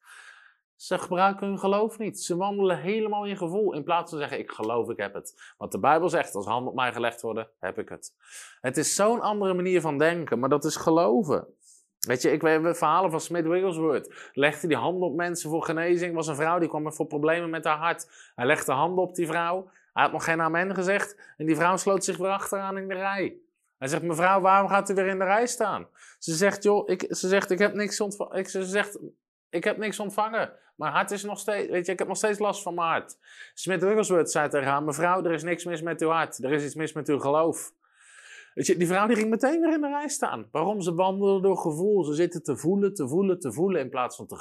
Ze gebruiken hun geloof niet. Ze wandelen helemaal in gevoel. In plaats van zeggen, ik geloof, ik heb het. Want de Bijbel zegt, als handen op mij gelegd worden, heb ik het. Het is zo'n andere manier van denken, maar dat is geloven. Weet je, ik weet verhalen van Smith Wigglesworth. Legde die handen op mensen voor genezing. Was een vrouw die kwam voor problemen met haar hart. Hij legde handen op die vrouw. Hij had nog geen amen gezegd. En die vrouw sloot zich weer achteraan in de rij. Hij zegt, mevrouw, waarom gaat u weer in de rij staan? Ze zegt, joh, ik heb niks ontvangen. Ze zegt, ik heb niks ontvangen. Mijn hart is nog steeds, weet je, ik heb nog steeds last van mijn hart. Smith Wigglesworth zei tegen haar, mevrouw, er is niks mis met uw hart. Er is iets mis met uw geloof. Weet je, die vrouw die ging meteen weer in de rij staan. Waarom? Ze wandelen door gevoel. Ze zitten te voelen in plaats van te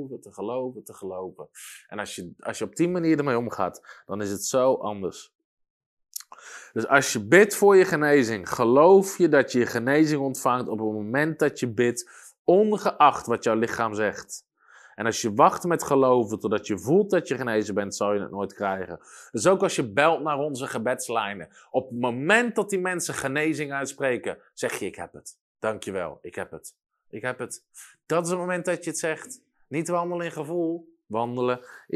geloven. En als je op die manier ermee omgaat, dan is het zo anders. Dus als je bidt voor je genezing, geloof je dat je je genezing ontvangt op het moment dat je bidt, ongeacht wat jouw lichaam zegt. En als je wacht met geloven totdat je voelt dat je genezen bent, zal je het nooit krijgen. Dus ook als je belt naar onze gebedslijnen. Op het moment dat die mensen genezing uitspreken, zeg je, ik heb het. Dankjewel, ik heb het. Ik heb het. Dat is het moment dat je het zegt. Niet wandelen in gevoel, wandelen in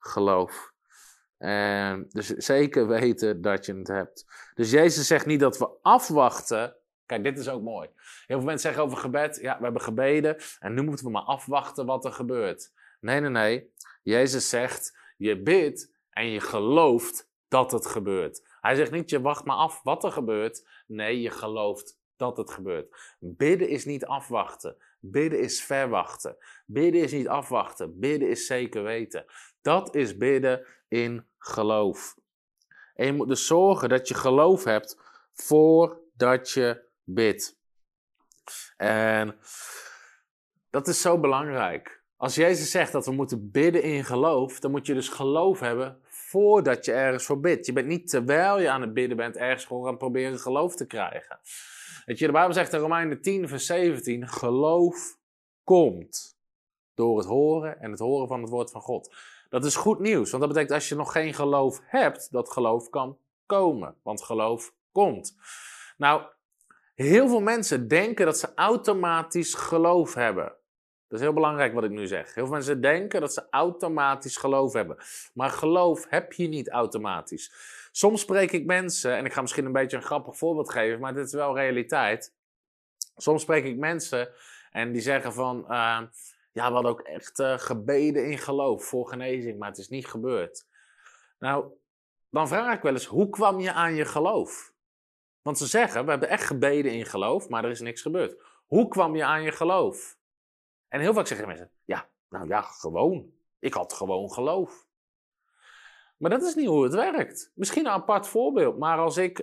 geloof. En dus zeker weten dat je het hebt. Dus Jezus zegt niet dat we afwachten. Kijk, dit is ook mooi. Heel veel mensen zeggen over gebed, ja, we hebben gebeden en nu moeten we maar afwachten wat er gebeurt. Nee. Jezus zegt, je bidt en je gelooft dat het gebeurt. Hij zegt niet, je wacht maar af wat er gebeurt. Nee, je gelooft dat het gebeurt. Bidden is niet afwachten. Bidden is verwachten. Bidden is niet afwachten. Bidden is zeker weten. Dat is bidden in geloof. En je moet dus zorgen dat je geloof hebt voordat je bidt. En dat is zo belangrijk. Als Jezus zegt dat we moeten bidden in geloof, dan moet je dus geloof hebben voordat je ergens voor bidt. Je bent niet terwijl je aan het bidden bent ergens gewoon aan het proberen geloof te krijgen. Weet je, de Bijbel zegt in Romeinen 10 vers 17, geloof komt door het horen en het horen van het woord van God. Dat is goed nieuws, want dat betekent als je nog geen geloof hebt, dat geloof kan komen. Want geloof komt. Nou, heel veel mensen denken dat ze automatisch geloof hebben. Dat is heel belangrijk wat ik nu zeg. Heel veel mensen denken dat ze automatisch geloof hebben. Maar geloof heb je niet automatisch. Soms spreek ik mensen, en ik ga misschien een beetje een grappig voorbeeld geven, maar dit is wel realiteit. Soms spreek ik mensen en die zeggen van, ja, we hadden ook echt gebeden in geloof voor genezing, maar het is niet gebeurd. Nou, dan vraag ik wel eens, hoe kwam je aan je geloof? Want ze zeggen, we hebben echt gebeden in geloof, maar er is niks gebeurd. Hoe kwam je aan je geloof? En heel vaak zeggen mensen, ja, nou ja, gewoon. Ik had gewoon geloof. Maar dat is niet hoe het werkt. Misschien een apart voorbeeld, maar als ik,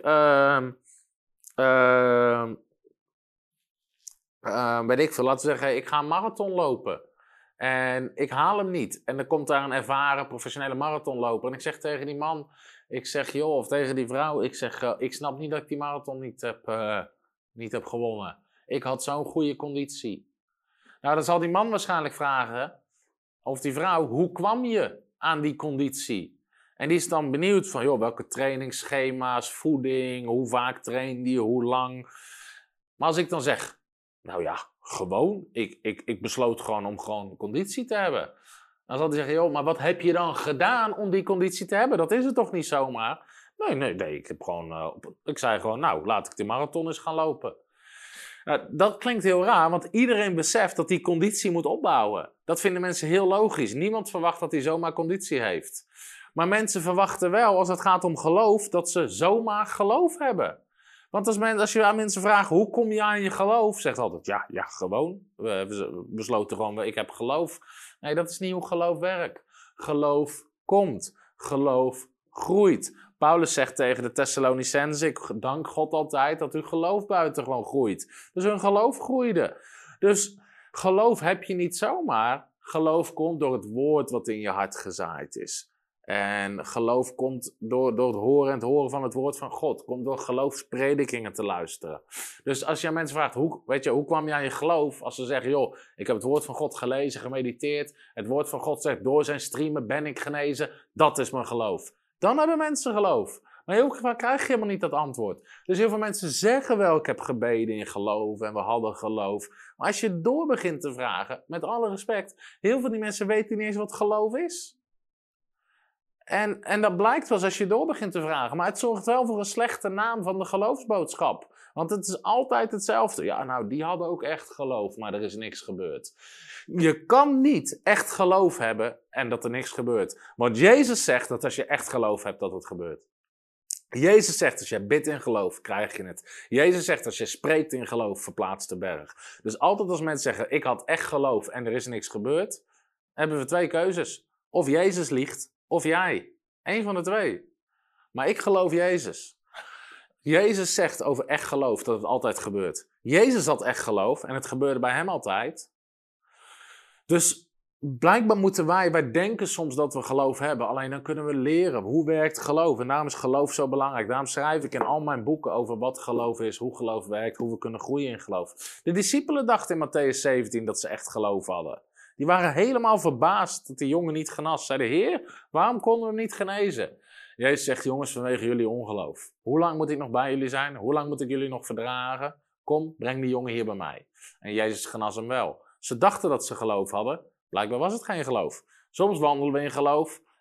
weet ik veel, laten we zeggen, ik ga een marathon lopen. En ik haal hem niet. En dan komt daar een ervaren professionele marathonloper. En ik zeg tegen die man, ik zeg joh, of tegen die vrouw, ik zeg, ik snap niet dat ik die marathon niet heb gewonnen. Ik had zo'n goede conditie. Nou, dan zal die man waarschijnlijk vragen, of die vrouw, hoe kwam je aan die conditie? En die is dan benieuwd van, joh, welke trainingsschema's, voeding, hoe vaak trainde je, hoe lang. Maar als ik dan zeg, nou ja, gewoon, ik besloot gewoon om gewoon conditie te hebben. Dan zal hij zeggen, joh, maar wat heb je dan gedaan om die conditie te hebben? Dat is het toch niet zomaar? Nee, ik heb gewoon, ik zei gewoon, nou, laat ik de marathon eens gaan lopen. Nou, dat klinkt heel raar, want iedereen beseft dat die conditie moet opbouwen. Dat vinden mensen heel logisch. Niemand verwacht dat hij zomaar conditie heeft. Maar mensen verwachten wel, als het gaat om geloof, dat ze zomaar geloof hebben. Want als je aan mensen vraagt, hoe kom je aan je geloof? Zegt altijd, ja, gewoon. We besloten gewoon, ik heb geloof. Nee, dat is niet hoe geloof werkt. Geloof komt. Geloof groeit. Paulus zegt tegen de Thessalonicenzen, ik dank God altijd dat uw geloof buitengewoon groeit. Dus hun geloof groeide. Dus geloof heb je niet zomaar. Geloof komt door het woord wat in je hart gezaaid is. En geloof komt door het horen en het horen van het woord van God. Komt door geloofspredikingen te luisteren. Dus als je aan mensen vraagt, hoe kwam je aan je geloof? Als ze zeggen, joh, ik heb het woord van God gelezen, gemediteerd. Het woord van God zegt, door zijn streamen ben ik genezen. Dat is mijn geloof. Dan hebben mensen geloof. Maar heel vaak krijg je helemaal niet dat antwoord. Dus heel veel mensen zeggen wel, ik heb gebeden in geloof en we hadden geloof. Maar als je door begint te vragen, met alle respect, heel veel van die mensen weten niet eens wat geloof is. En dat blijkt pas als je door begint te vragen. Maar het zorgt wel voor een slechte naam van de geloofsboodschap. Want het is altijd hetzelfde. Ja, nou, die hadden ook echt geloof, maar er is niks gebeurd. Je kan niet echt geloof hebben en dat er niks gebeurt. Want Jezus zegt dat als je echt geloof hebt, dat het gebeurt. Jezus zegt, als je bidt in geloof, krijg je het. Jezus zegt, als je spreekt in geloof, verplaatst de berg. Dus altijd als mensen zeggen, ik had echt geloof en er is niks gebeurd, hebben we twee keuzes. Of Jezus liegt, of jij. Eén van de twee. Maar ik geloof Jezus. Jezus zegt over echt geloof dat het altijd gebeurt. Jezus had echt geloof en het gebeurde bij hem altijd. Dus blijkbaar moeten wij denken soms dat we geloof hebben. Alleen dan kunnen we leren, hoe werkt geloof? En daarom is geloof zo belangrijk. Daarom schrijf ik in al mijn boeken over wat geloof is, hoe geloof werkt, hoe we kunnen groeien in geloof. De discipelen dachten in Mattheüs 17 dat ze echt geloof hadden. Die waren helemaal verbaasd dat die jongen niet genas. Zeiden, Heer, waarom konden we hem niet genezen? Jezus zegt, jongens, vanwege jullie ongeloof. Hoe lang moet ik nog bij jullie zijn? Hoe lang moet ik jullie nog verdragen? Kom, breng die jongen hier bij mij. En Jezus genas hem wel. Ze dachten dat ze geloof hadden. Blijkbaar was het geen geloof. Soms wandelen we in geloof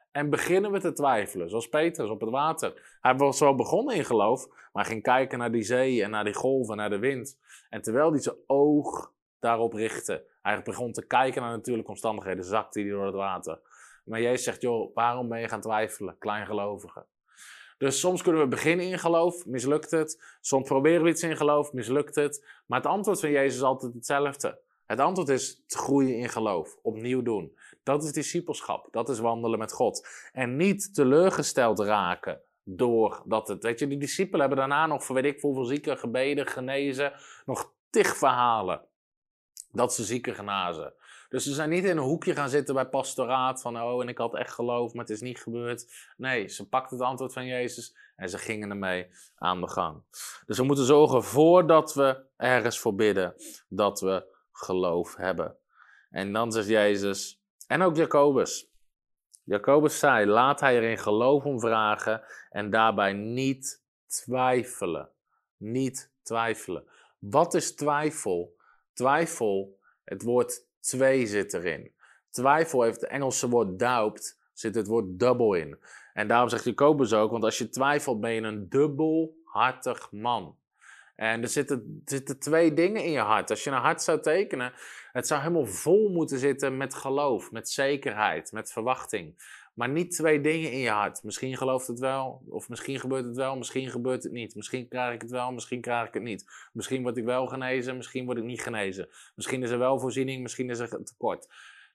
En beginnen we te twijfelen, zoals Petrus op het water. Hij was wel begonnen in geloof, maar hij ging kijken naar die zee en naar die golven en naar de wind. En terwijl hij zijn oog daarop richtte, hij begon te kijken naar natuurlijke omstandigheden, zakte hij door het water. Maar Jezus zegt, joh, waarom ben je gaan twijfelen, kleingelovige? Dus soms kunnen we beginnen in geloof, mislukt het. Soms proberen we iets in geloof, mislukt het. Maar het antwoord van Jezus is altijd hetzelfde. Het antwoord is te groeien in geloof, opnieuw doen. Dat is discipelschap, dat is wandelen met God. En niet teleurgesteld raken doordat het... Weet je, die discipelen hebben daarna nog voor weet ik hoeveel zieken gebeden, genezen. Nog tig verhalen dat ze zieken genazen. Dus ze zijn niet in een hoekje gaan zitten bij pastoraat van oh, en ik had echt geloof, maar het is niet gebeurd. Nee, ze pakten het antwoord van Jezus en ze gingen ermee aan de gang. Dus we moeten zorgen voordat we ergens voor bidden, dat we geloof hebben. En dan zegt Jezus, en ook Jacobus. Jacobus zei, laat hij er in geloof om vragen en daarbij niet twijfelen. Niet twijfelen. Wat is twijfel? Twijfel, het woord twee zit erin. Twijfel heeft het Engelse woord doubt, zit het woord double in. En daarom zegt Jacobus ook, want als je twijfelt ben je een dubbelhartig man. En er zitten twee dingen in je hart. Als je een hart zou tekenen, het zou helemaal vol moeten zitten met geloof, met zekerheid, met verwachting. Maar niet twee dingen in je hart. Misschien gelooft het wel, of misschien gebeurt het wel, misschien gebeurt het niet. Misschien krijg ik het wel, misschien krijg ik het niet. Misschien word ik wel genezen, misschien word ik niet genezen. Misschien is er wel voorziening, misschien is er tekort.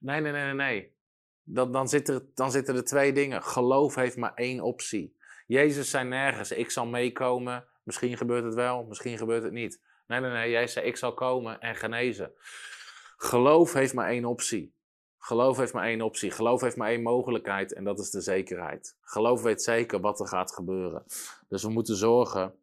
Nee. Dan zitten er twee dingen. Geloof heeft maar één optie. Jezus zei nergens, ik zal meekomen. Misschien gebeurt het wel, misschien gebeurt het niet. Nee. Jij zei, ik zal komen en genezen. Geloof heeft maar één optie. Geloof heeft maar één optie. Geloof heeft maar één mogelijkheid en dat is de zekerheid. Geloof weet zeker wat er gaat gebeuren. Dus we moeten zorgen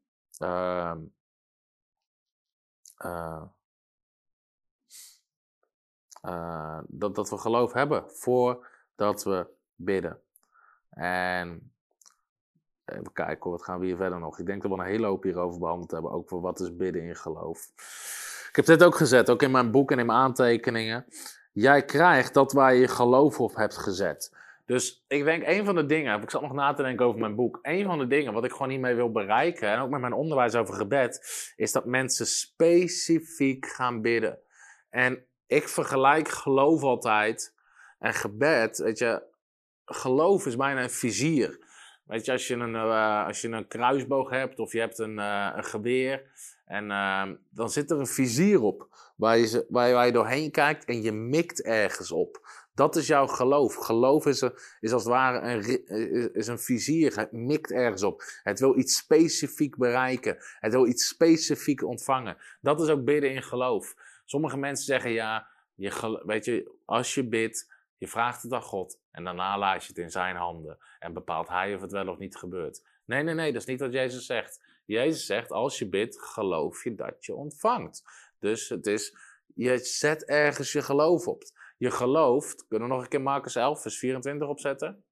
dat we geloof hebben voordat we bidden. En even kijken, wat gaan we hier verder nog? Ik denk dat we een hele hoop hierover behandeld hebben. Ook voor wat is bidden in geloof. Ik heb dit ook gezet, ook in mijn boek en in mijn aantekeningen. Jij krijgt dat waar je geloof op hebt gezet. Dus ik denk, een van de dingen, ik zat nog na te denken over mijn boek. Een van de dingen wat ik gewoon hiermee wil bereiken, en ook met mijn onderwijs over gebed, is dat mensen specifiek gaan bidden. En ik vergelijk geloof altijd en gebed, weet je, geloof is bijna een vizier. Weet je, als je een kruisboog hebt of je hebt een geweer, en dan zit er een vizier op waar je doorheen kijkt en je mikt ergens op. Dat is jouw geloof. Geloof is als het ware een vizier. Het mikt ergens op. Het wil iets specifiek bereiken. Het wil iets specifiek ontvangen. Dat is ook bidden in geloof. Sommige mensen zeggen ja, weet je, als je bidt, je vraagt het aan God en daarna laat je het in zijn handen en bepaalt hij of het wel of niet gebeurt. Nee, dat is niet wat Jezus zegt. Jezus zegt, als je bidt, geloof je dat je ontvangt. Dus het is, je zet ergens je geloof op. Je gelooft, kunnen we nog een keer Marcus 11, vers 24 opzetten?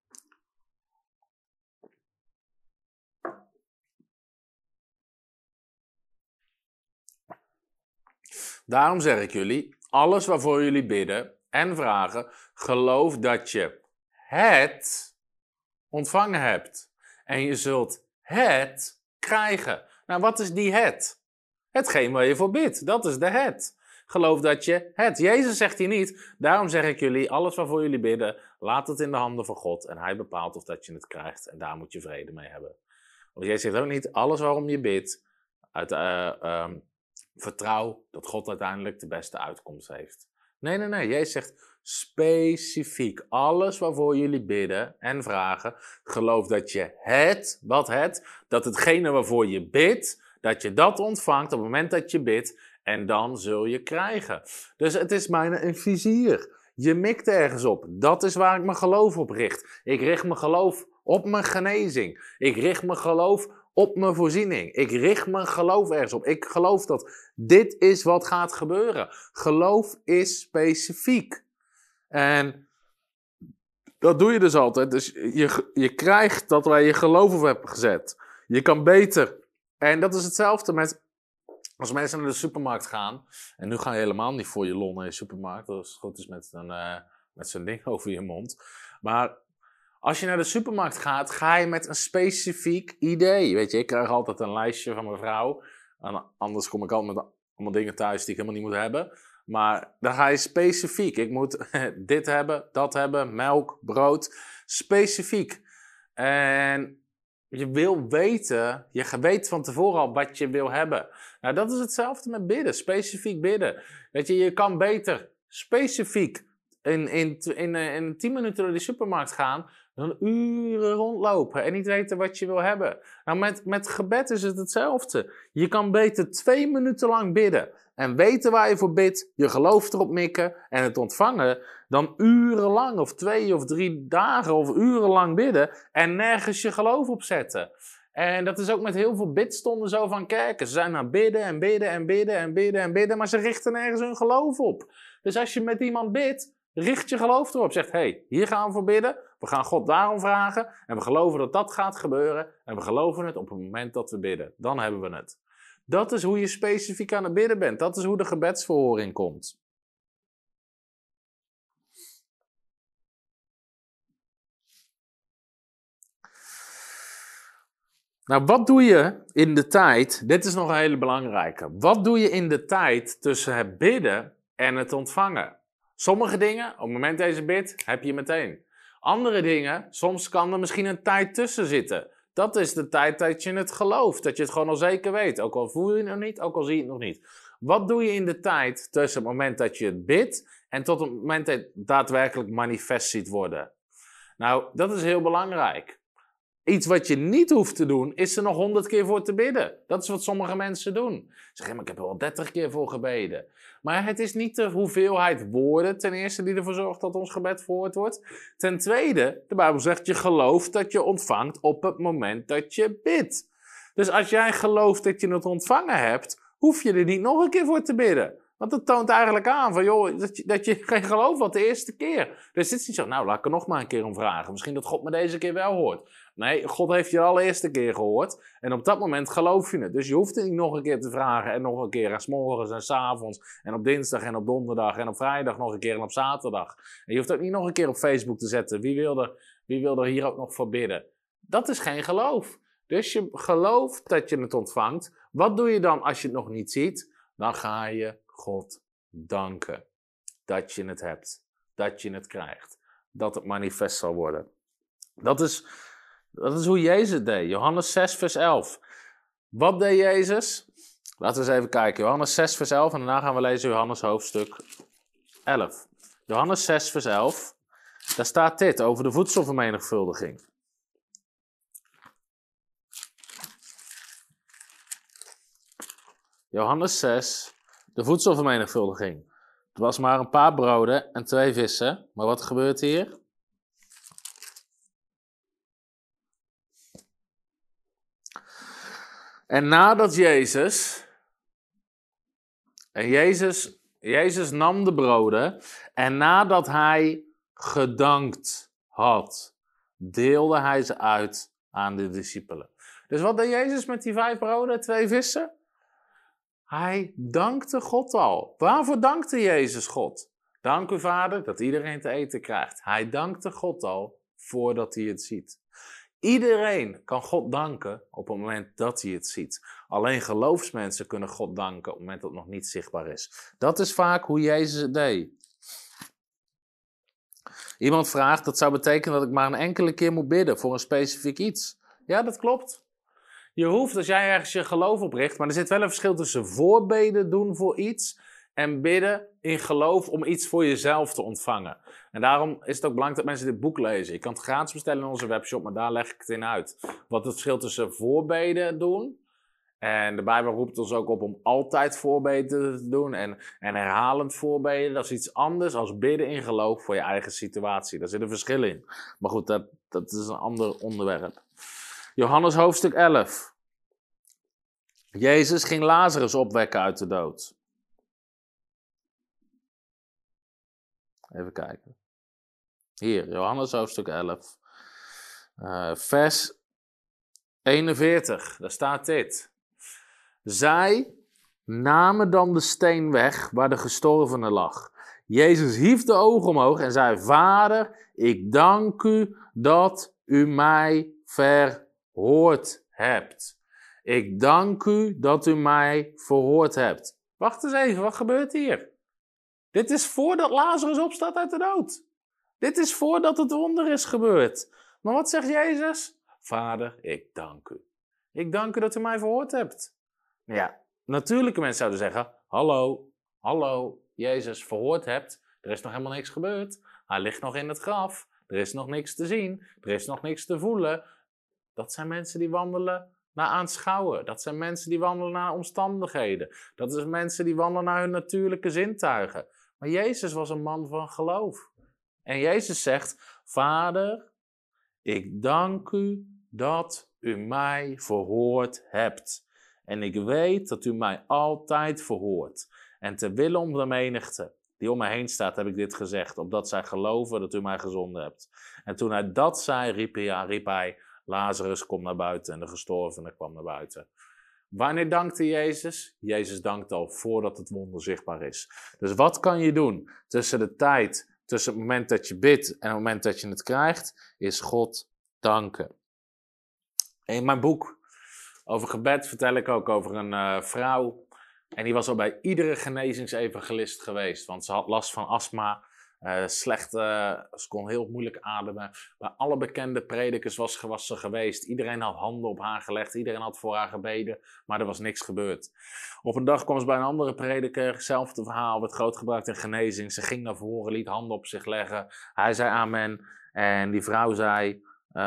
Daarom zeg ik jullie, alles waarvoor jullie bidden en vragen, geloof dat je het ontvangen hebt. En je zult het krijgen. Nou, wat is die het? Hetgeen waar je voor bidt, dat is de het. Geloof dat je het. Jezus zegt hier niet, daarom zeg ik jullie, alles waarvoor jullie bidden, laat het in de handen van God. En hij bepaalt of dat je het krijgt. En daar moet je vrede mee hebben. Want Jezus zegt ook niet, alles waarom je bidt, vertrouw dat God uiteindelijk de beste uitkomst heeft. Nee. Jezus zegt specifiek, alles waarvoor jullie bidden en vragen, geloof dat je dat hetgene waarvoor je bidt, dat je dat ontvangt op het moment dat je bidt en dan zul je krijgen. Dus het is bijna een vizier. Je mikt ergens op. Dat is waar ik mijn geloof op richt. Ik richt mijn geloof op mijn genezing. Ik richt mijn geloof op mijn voorziening. Ik richt mijn geloof ergens op. Ik geloof dat dit is wat gaat gebeuren. Geloof is specifiek. En dat doe je dus altijd. Dus je krijgt dat waar je geloof op hebt gezet. Je kan beter. En dat is hetzelfde met als mensen naar de supermarkt gaan. En nu ga je helemaal niet voor je lol naar je supermarkt. Dat is goed is met zo'n ding over je mond. Maar Als je naar de supermarkt gaat, ga je met een specifiek idee. Weet je, ik krijg altijd een lijstje van mijn vrouw. En anders kom ik altijd met allemaal dingen thuis die ik helemaal niet moet hebben. Maar dan ga je specifiek. Ik moet dit hebben, dat hebben, melk, brood. Specifiek. En je wil weten, je weet van tevoren al wat je wil hebben. Nou, dat is hetzelfde met bidden. Specifiek bidden. Weet je, je kan beter specifiek in 10 minuten door de supermarkt gaan dan uren rondlopen en niet weten wat je wil hebben. Nou, met gebed is het hetzelfde. Je kan beter 2 minuten lang bidden en weten waar je voor bidt, je geloof erop mikken en het ontvangen, dan urenlang of 2 of 3 dagen of urenlang bidden en nergens je geloof op zetten. En dat is ook met heel veel bidstonden zo van kerken. Ze zijn aan bidden en bidden en bidden en bidden en bidden, maar ze richten nergens hun geloof op. Dus als je met iemand bidt, richt je geloof erop. Zegt, hey, hier gaan we voor bidden. We gaan God daarom vragen. En we geloven dat dat gaat gebeuren. En we geloven het op het moment dat we bidden. Dan hebben we het. Dat is hoe je specifiek aan het bidden bent. Dat is hoe de gebedsverhoring komt. Nou, wat doe je in de tijd? Dit is nog een hele belangrijke. Wat doe je in de tijd tussen het bidden en het ontvangen? Sommige dingen, op het moment dat je bidt, heb je meteen. Andere dingen, soms kan er misschien een tijd tussen zitten. Dat is de tijd dat je het gelooft. Dat je het gewoon al zeker weet. Ook al voel je het nog niet, ook al zie je het nog niet. Wat doe je in de tijd tussen het moment dat je het bidt en tot het moment dat het daadwerkelijk manifest ziet worden? Nou, dat is heel belangrijk. Iets wat je niet hoeft te doen, is er nog 100 keer voor te bidden. Dat is wat sommige mensen doen. Ze zeggen, maar ik heb er al 30 keer voor gebeden. Maar het is niet de hoeveelheid woorden, ten eerste, die ervoor zorgt dat ons gebed verhoord wordt. Ten tweede, de Bijbel zegt, je gelooft dat je ontvangt op het moment dat je bidt. Dus als jij gelooft dat je het ontvangen hebt, hoef je er niet nog een keer voor te bidden. Want dat toont eigenlijk aan van, joh, dat je geen geloof had de eerste keer. Dus het is niet zo, nou, laat ik er nog maar een keer om vragen. Misschien dat God me deze keer wel hoort. Nee, God heeft je de allereerste keer gehoord. En op dat moment geloof je het. Dus je hoeft het niet nog een keer te vragen. En nog een keer. En 's morgens en 's avonds. En op dinsdag en op donderdag. En op vrijdag nog een keer. En op zaterdag. En je hoeft ook niet nog een keer op Facebook te zetten. Wie wil er hier ook nog voor bidden? Dat is geen geloof. Dus je gelooft dat je het ontvangt. Wat doe je dan als je het nog niet ziet? Dan ga je God danken. Dat je het hebt. Dat je het krijgt. Dat het manifest zal worden. Dat is hoe Jezus het deed. Johannes 6 vers 11. Wat deed Jezus? Laten we eens even kijken. Johannes 6 vers 11 en daarna gaan we lezen Johannes hoofdstuk 11. Johannes 6 vers 11. Daar staat dit over de voedselvermenigvuldiging. Johannes 6, de voedselvermenigvuldiging. Het was maar een paar broden en 2 vissen. Maar wat gebeurt hier? En nadat Jezus nam de broden en nadat hij gedankt had, deelde hij ze uit aan de discipelen. Dus wat deed Jezus met die 5 broden en 2 vissen? Hij dankte God al. Waarvoor dankte Jezus God? Dank u, Vader, dat iedereen te eten krijgt. Hij dankte God al voordat hij het ziet. Iedereen kan God danken op het moment dat hij het ziet. Alleen geloofsmensen kunnen God danken op het moment dat het nog niet zichtbaar is. Dat is vaak hoe Jezus het deed. Iemand vraagt, dat zou betekenen dat ik maar een enkele keer moet bidden voor een specifiek iets. Ja, dat klopt. Je hoeft, als jij ergens je geloof opricht, maar er zit wel een verschil tussen voorbeden doen voor iets en bidden in geloof om iets voor jezelf te ontvangen. En daarom is het ook belangrijk dat mensen dit boek lezen. Je kan het gratis bestellen in onze webshop, maar daar leg ik het in uit. Wat het verschil tussen voorbeden doen. En de Bijbel roept ons ook op om altijd voorbeden te doen en herhalend voorbeden. Dat is iets anders als bidden in geloof voor je eigen situatie. Daar zit een verschil in. Maar goed, dat is een ander onderwerp. Johannes hoofdstuk 11. Jezus ging Lazarus opwekken uit de dood. Even kijken. Hier, Johannes hoofdstuk 11. Vers 41. Daar staat dit. Zij namen dan de steen weg waar de gestorvene lag. Jezus hief de ogen omhoog en zei, Vader, ik dank u dat u mij verhoord hebt. Ik dank u dat u mij verhoord hebt. Wacht eens even, wat gebeurt hier? Dit is voordat Lazarus opstaat uit de dood. Dit is voordat het wonder is gebeurd. Maar wat zegt Jezus? Vader, ik dank u. Ik dank u dat u mij verhoord hebt. Ja, natuurlijke mensen zouden zeggen, hallo, Jezus, verhoord hebt. Er is nog helemaal niks gebeurd. Hij ligt nog in het graf. Er is nog niks te zien. Er is nog niks te voelen. Dat zijn mensen die wandelen naar aanschouwen. Dat zijn mensen die wandelen naar omstandigheden. Dat zijn mensen die wandelen naar hun natuurlijke zintuigen. Maar Jezus was een man van geloof. En Jezus zegt, Vader, ik dank u dat u mij verhoord hebt. En ik weet dat u mij altijd verhoort. En ter wille om de menigte die om mij heen staat, heb ik dit gezegd, opdat zij geloven dat u mij gezonden hebt. En toen hij dat zei, riep hij, Lazarus, kom naar buiten. En de gestorvene kwam naar buiten. Wanneer dankte Jezus? Jezus dankte al voordat het wonder zichtbaar is. Dus wat kan je doen tussen het moment dat je bidt en het moment dat je het krijgt, is God danken. In mijn boek over gebed vertel ik ook over een vrouw. En die was al bij iedere genezingsevangelist geweest. Want ze had last van astma. Ze kon heel moeilijk ademen. Bij alle bekende predikers was ze geweest. Iedereen had handen op haar gelegd. Iedereen had voor haar gebeden. Maar er was niks gebeurd. Op een dag kwam ze bij een andere prediker. Hetzelfde verhaal. Werd groot gebruikt in genezing. Ze ging naar voren. Liet handen op zich leggen. Hij zei amen. En die vrouw zei...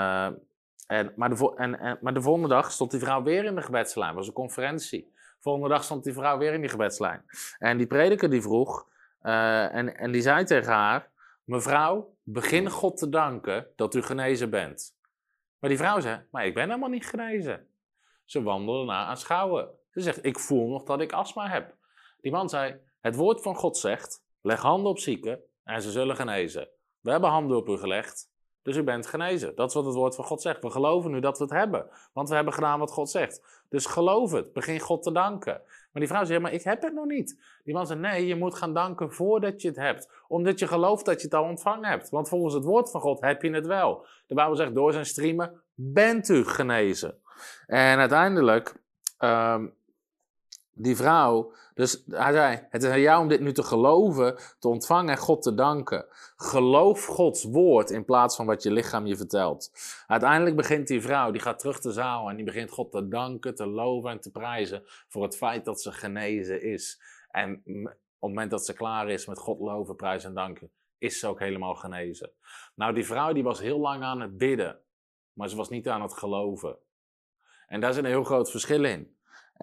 Maar de volgende dag stond die vrouw weer in de gebedslijn. Het was een conferentie. De volgende dag stond die vrouw weer in die gebedslijn. En die prediker die vroeg... En die zei tegen haar... Mevrouw, begin God te danken dat u genezen bent. Maar die vrouw zei... Maar ik ben helemaal niet genezen. Ze wandelde naar aanschouwen. Ze zegt, ik voel nog dat ik astma heb. Die man zei... Het woord van God zegt... Leg handen op zieken en ze zullen genezen. We hebben handen op u gelegd... Dus u bent genezen. Dat is wat het woord van God zegt. We geloven nu dat we het hebben. Want we hebben gedaan wat God zegt. Dus geloof het. Begin God te danken. Maar die vrouw zei, maar ik heb het nog niet. Die man zei, nee, je moet gaan danken voordat je het hebt. Omdat je gelooft dat je het al ontvangen hebt. Want volgens het woord van God heb je het wel. De Bijbel zegt, door zijn striemen bent u genezen. En uiteindelijk... Die vrouw, dus hij zei, het is aan jou om dit nu te geloven, te ontvangen en God te danken. Geloof Gods woord in plaats van wat je lichaam je vertelt. Uiteindelijk begint die vrouw, die gaat terug de zaal en die begint God te danken, te loven en te prijzen voor het feit dat ze genezen is. En op het moment dat ze klaar is met God loven, prijzen en danken, is ze ook helemaal genezen. Nou, die vrouw die was heel lang aan het bidden, maar ze was niet aan het geloven. En daar zit een heel groot verschil in.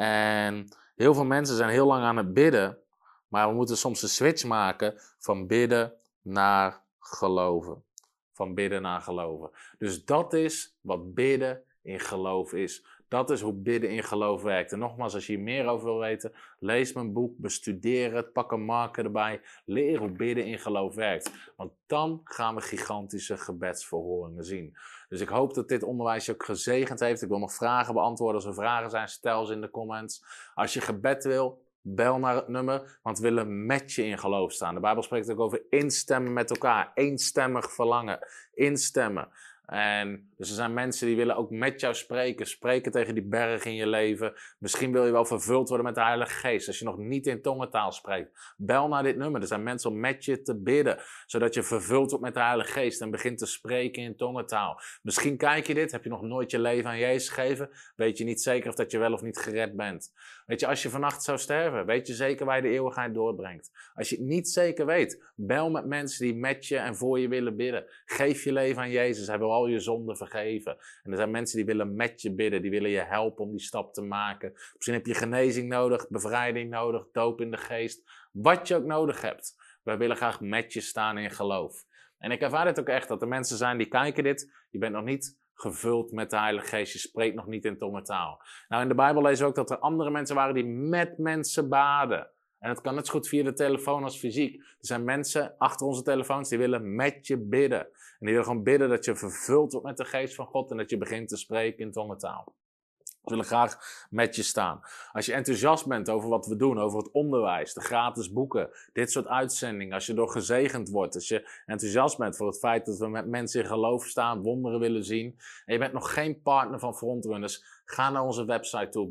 En heel veel mensen zijn heel lang aan het bidden, maar we moeten soms een switch maken van bidden naar geloven. Van bidden naar geloven. Dus dat is wat bidden in geloof is. Dat is hoe bidden in geloof werkt. En nogmaals, als je hier meer over wil weten, lees mijn boek, bestudeer het, pak een marker erbij, leer hoe bidden in geloof werkt. Want dan gaan we gigantische gebedsverhoringen zien. Dus ik hoop dat dit onderwijs je ook gezegend heeft. Ik wil nog vragen beantwoorden. Als er vragen zijn, stel ze in de comments. Als je gebed wil, bel naar het nummer, want we willen met je in geloof staan. De Bijbel spreekt ook over instemmen met elkaar, eenstemmig verlangen, instemmen. En dus er zijn mensen die willen ook met jou spreken tegen die berg in je leven. Misschien wil je wel vervuld worden met de Heilige Geest. Als je nog niet in tongentaal spreekt, bel naar dit nummer. Er zijn mensen om met je te bidden, zodat je vervuld wordt met de Heilige Geest en begint te spreken in tongentaal. Misschien kijk je dit, heb je nog nooit je leven aan Jezus gegeven, weet je niet zeker of dat je wel of niet gered bent. Weet je, als je vannacht zou sterven, weet je zeker waar je de eeuwigheid doorbrengt. Als je het niet zeker weet, bel met mensen die met je en voor je willen bidden. Geef je leven aan Jezus, hij wil al je zonden vergeven. En er zijn mensen die willen met je bidden, die willen je helpen om die stap te maken. Misschien heb je genezing nodig, bevrijding nodig, doop in de geest. Wat je ook nodig hebt. Wij willen graag met je staan in geloof. En ik ervaar dit ook echt, dat er mensen zijn die kijken dit, je bent nog niet gevuld met de Heilige Geest, je spreekt nog niet in tongentaal. Nou, in de Bijbel lezen we ook dat er andere mensen waren die met mensen baden. En het kan net zo goed via de telefoon als fysiek. Er zijn mensen achter onze telefoons die willen met je bidden. En die willen gewoon bidden dat je vervuld wordt met de geest van God en dat je begint te spreken in tongentaal. We willen graag met je staan. Als je enthousiast bent over wat we doen, over het onderwijs, de gratis boeken, dit soort uitzendingen, als je door gezegend wordt, als je enthousiast bent voor het feit dat we met mensen in geloof staan, wonderen willen zien, en je bent nog geen partner van Frontrunners, ga naar onze website toe,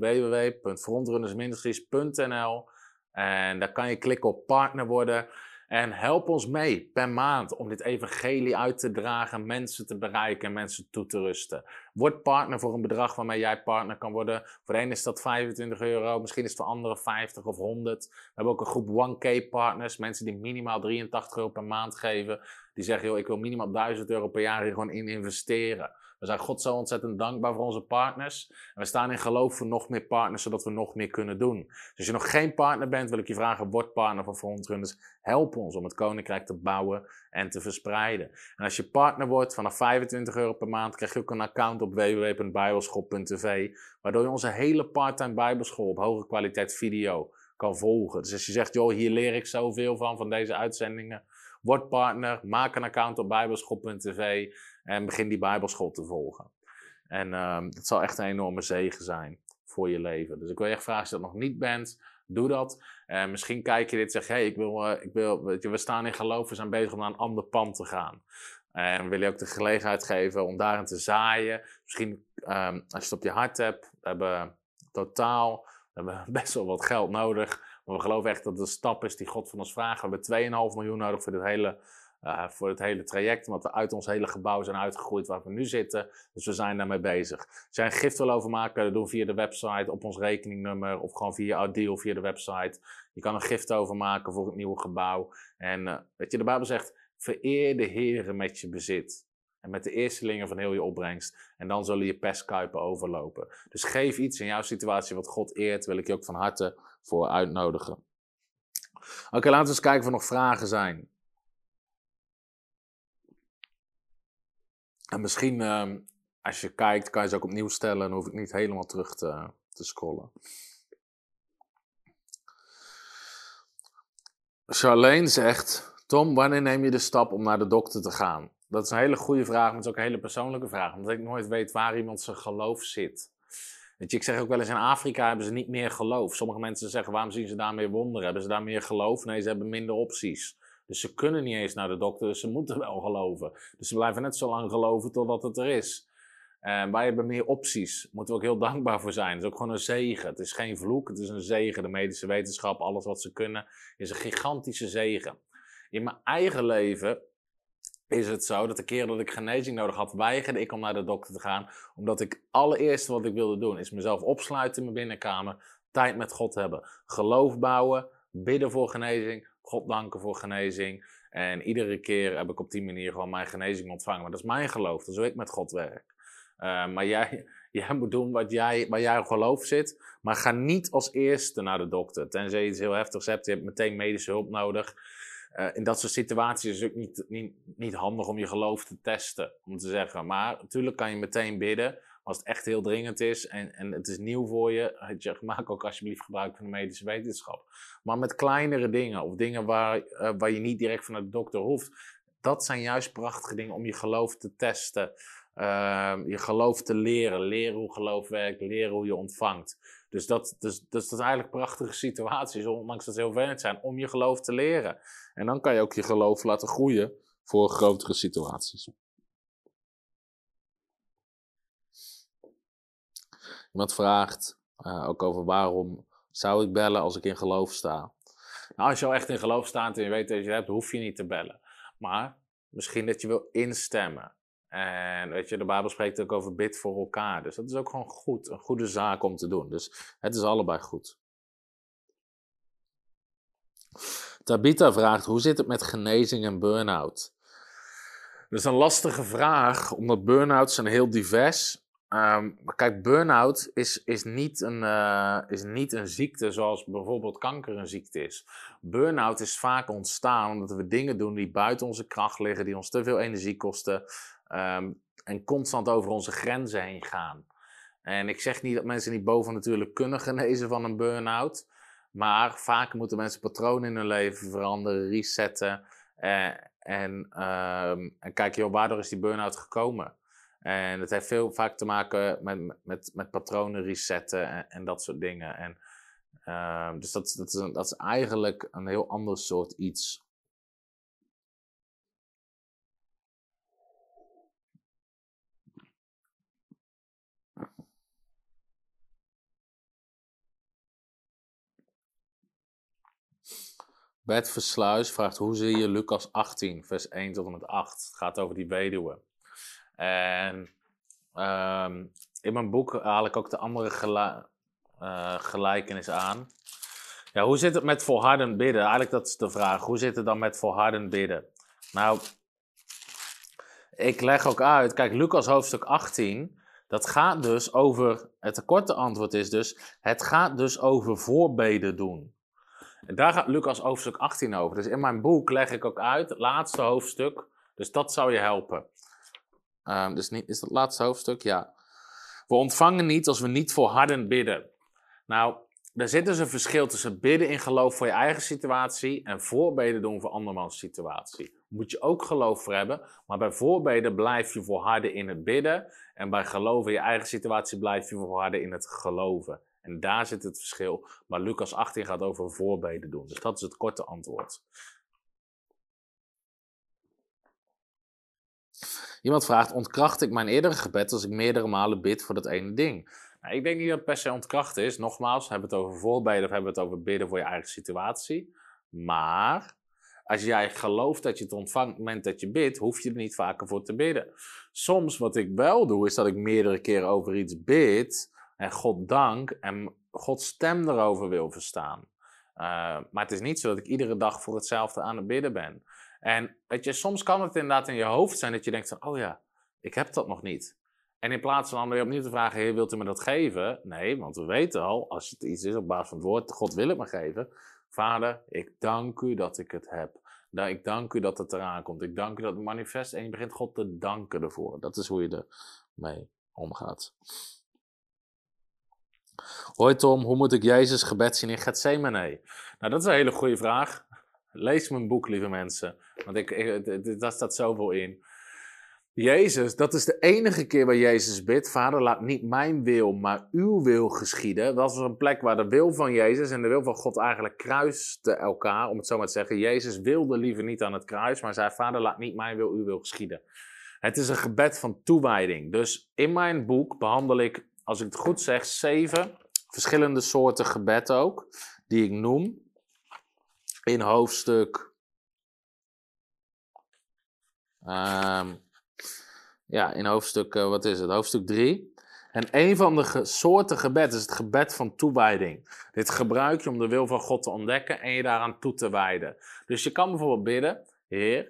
www.frontrunnersministries.nl, en daar kan je klikken op partner worden. En help ons mee per maand om dit evangelie uit te dragen, mensen te bereiken en mensen toe te rusten. Word partner voor een bedrag waarmee jij partner kan worden. Voor de ene is dat €25, misschien is het voor anderen 50 of 100. We hebben ook een groep 1K partners, mensen die minimaal €83 per maand geven. Die zeggen, joh, ik wil minimaal €1000 per jaar hier gewoon in investeren. We zijn God zo ontzettend dankbaar voor onze partners. En we staan in geloof voor nog meer partners, zodat we nog meer kunnen doen. Dus als je nog geen partner bent, wil ik je vragen, word partner van Frontrunners. Help ons om het koninkrijk te bouwen en te verspreiden. En als je partner wordt, vanaf €25 per maand, krijg je ook een account op www.bijbelschool.tv, waardoor je onze hele part-time bijbelschool op hoge kwaliteit video kan volgen. Dus als je zegt, joh, hier leer ik zoveel van deze uitzendingen. Word partner, maak een account op bijbelschool.tv en begin die bijbelschool te volgen. En het zal echt een enorme zegen zijn voor je leven. Dus ik wil je echt vragen, als je dat nog niet bent, doe dat. Misschien kijk je dit en zeg, hey, weet je, we staan in geloof, we zijn bezig om naar een ander pand te gaan. En we willen je ook de gelegenheid geven om daarin te zaaien. Misschien als je het op je hart hebt, we hebben best wel wat geld nodig. Maar we geloven echt dat het een stap is die God van ons vraagt. We hebben 2,5 miljoen nodig voor het hele traject. Omdat we uit ons hele gebouw zijn uitgegroeid waar we nu zitten. Dus we zijn daarmee bezig. Als jij een gift wil overmaken, kan je dat doen via de website, op ons rekeningnummer. Of gewoon via our deal, via de website. Je kan een gift overmaken voor het nieuwe gebouw. En weet je, de Bijbel zegt, vereer de Heere met je bezit. En met de eerstelingen van heel je opbrengst. En dan zullen je pestkuipen overlopen. Dus geef iets in jouw situatie wat God eert. Wil ik je ook van harte voor uitnodigen. Oké, laten we eens kijken of er nog vragen zijn. En misschien, als je kijkt, kan je ze ook opnieuw stellen. Dan hoef ik niet helemaal terug te scrollen. Charlene zegt, Tom, wanneer neem je de stap om naar de dokter te gaan? Dat is een hele goede vraag, maar het is ook een hele persoonlijke vraag. Omdat ik nooit weet waar iemand zijn geloof zit. Weet je, ik zeg ook wel eens, in Afrika hebben ze niet meer geloof. Sommige mensen zeggen, waarom zien ze daar meer wonderen? Hebben ze daar meer geloof? Nee, ze hebben minder opties. Dus ze kunnen niet eens naar de dokter, dus ze moeten wel geloven. Dus ze blijven net zo lang geloven totdat het er is. Wij hebben meer opties. Daar moeten we ook heel dankbaar voor zijn. Het is ook gewoon een zegen. Het is geen vloek, het is een zegen. De medische wetenschap, alles wat ze kunnen, is een gigantische zegen. In mijn eigen leven is het zo dat de keer dat ik genezing nodig had, weigerde ik om naar de dokter te gaan. Omdat ik allereerste wat ik wilde doen, is mezelf opsluiten in mijn binnenkamer, tijd met God hebben. Geloof bouwen, bidden voor genezing, God danken voor genezing. En iedere keer heb ik op die manier gewoon mijn genezing ontvangen. Maar dat is mijn geloof, dat is hoe ik met God werk. Maar jij moet doen waar jij geloof zit. Maar ga niet als eerste naar de dokter. Tenzij je iets heel heftigs hebt, je hebt meteen medische hulp nodig. In dat soort situaties is het ook niet handig om je geloof te testen. Om te zeggen, maar natuurlijk kan je meteen bidden. Als het echt heel dringend is en het is nieuw voor je, maak ook alsjeblieft gebruik van de medische wetenschap. Maar met kleinere dingen of dingen waar je niet direct van naar de dokter hoeft. Dat zijn juist prachtige dingen om je geloof te testen. Je geloof te leren. Leren hoe geloof werkt, leren hoe je ontvangt. Dus dat is eigenlijk prachtige situaties, ondanks dat ze heel vervelend zijn, om je geloof te leren. En dan kan je ook je geloof laten groeien voor grotere situaties. Iemand vraagt ook over waarom zou ik bellen als ik in geloof sta. Nou, als je al echt in geloof staat en je weet dat je het hebt, hoef je niet te bellen. Maar misschien dat je wil instemmen. En weet je, de Bijbel spreekt ook over bid voor elkaar. Dus dat is ook gewoon goed, een goede zaak om te doen. Dus het is allebei goed. Tabitha vraagt, hoe zit het met genezing en burn-out? Dat is een lastige vraag, omdat burn-outs zijn heel divers. Kijk, burn-out is niet een ziekte zoals bijvoorbeeld kanker een ziekte is. Burn-out is vaak ontstaan omdat we dingen doen die buiten onze kracht liggen, die ons te veel energie kosten en constant over onze grenzen heen gaan. En ik zeg niet dat mensen niet bovennatuurlijk kunnen genezen van een burn-out, maar vaak moeten mensen patronen in hun leven veranderen, resetten en kijken, joh, waardoor is die burn-out gekomen? En het heeft vaak te maken met patronen resetten en dat soort dingen. En, dus dat is eigenlijk een heel ander soort iets. Bert Versluis vraagt, hoe zie je Lucas 18, vers 1 tot en met 8? Het gaat over die weduwe. En in mijn boek haal ik ook de andere gelijkenis aan. Ja, hoe zit het met volhardend bidden? Eigenlijk dat is de vraag. Hoe zit het dan met volhardend bidden? Nou, ik leg ook uit, kijk, Lucas hoofdstuk 18, dat gaat dus over, het korte antwoord is dus, het gaat dus over voorbeden doen. En daar gaat Lucas hoofdstuk 18 over. Dus in mijn boek leg ik ook uit, het laatste hoofdstuk, dus dat zou je helpen. Dus niet, is dat het laatste hoofdstuk? Ja. We ontvangen niet als we niet volhardend bidden. Nou, er zit dus een verschil tussen bidden in geloof voor je eigen situatie en voorbeden doen voor andermans situatie. Daar moet je ook geloof voor hebben, maar bij voorbeden blijf je volharden in het bidden en bij geloof in je eigen situatie blijf je volharden in het geloven. En daar zit het verschil, maar Lucas 18 gaat over voorbeden doen. Dus dat is het korte antwoord. Iemand vraagt, ontkracht ik mijn eerdere gebed als ik meerdere malen bid voor dat ene ding? Nou, ik denk niet dat het per se ontkracht is. Nogmaals, hebben we het over voorbeden of hebben we het over bidden voor je eigen situatie. Maar als jij gelooft dat je het ontvangt op het moment dat je bidt, hoef je er niet vaker voor te bidden. Soms wat ik wel doe, is dat ik meerdere keren over iets bid en God dank en Gods stem erover wil verstaan. Maar het is niet zo dat ik iedere dag voor hetzelfde aan het bidden ben. En weet je, soms kan het inderdaad in je hoofd zijn dat je denkt van, oh ja, ik heb dat nog niet. En in plaats van dan weer opnieuw te vragen, Heer, wilt u me dat geven? Nee, want we weten al, als het iets is op basis van het woord, God wil het me geven. Vader, ik dank u dat ik het heb. Ik dank u dat het eraan komt. Ik dank u dat het manifest en je begint God te danken ervoor. Dat is hoe je ermee omgaat. Hoi Tom, hoe moet ik Jezus gebed zien in Getsemane? Nou, dat is een hele goede vraag. Lees mijn boek, lieve mensen. Want daar staat zoveel in. Jezus, dat is de enige keer waar Jezus bidt. Vader, laat niet mijn wil, maar uw wil geschieden. Dat was een plek waar de wil van Jezus en de wil van God eigenlijk kruisten elkaar. Om het zo maar te zeggen. Jezus wilde liever niet aan het kruis, maar zei, Vader, laat niet mijn wil, uw wil geschieden. Het is een gebed van toewijding. Dus in mijn boek behandel ik, als ik het goed zeg, 7 verschillende soorten gebed ook. Die ik noem. In hoofdstuk... in hoofdstuk, hoofdstuk 3. En een van de soorten gebed is het gebed van toewijding. Dit gebruik je om de wil van God te ontdekken en je daaraan toe te wijden. Dus je kan bijvoorbeeld bidden, Heer,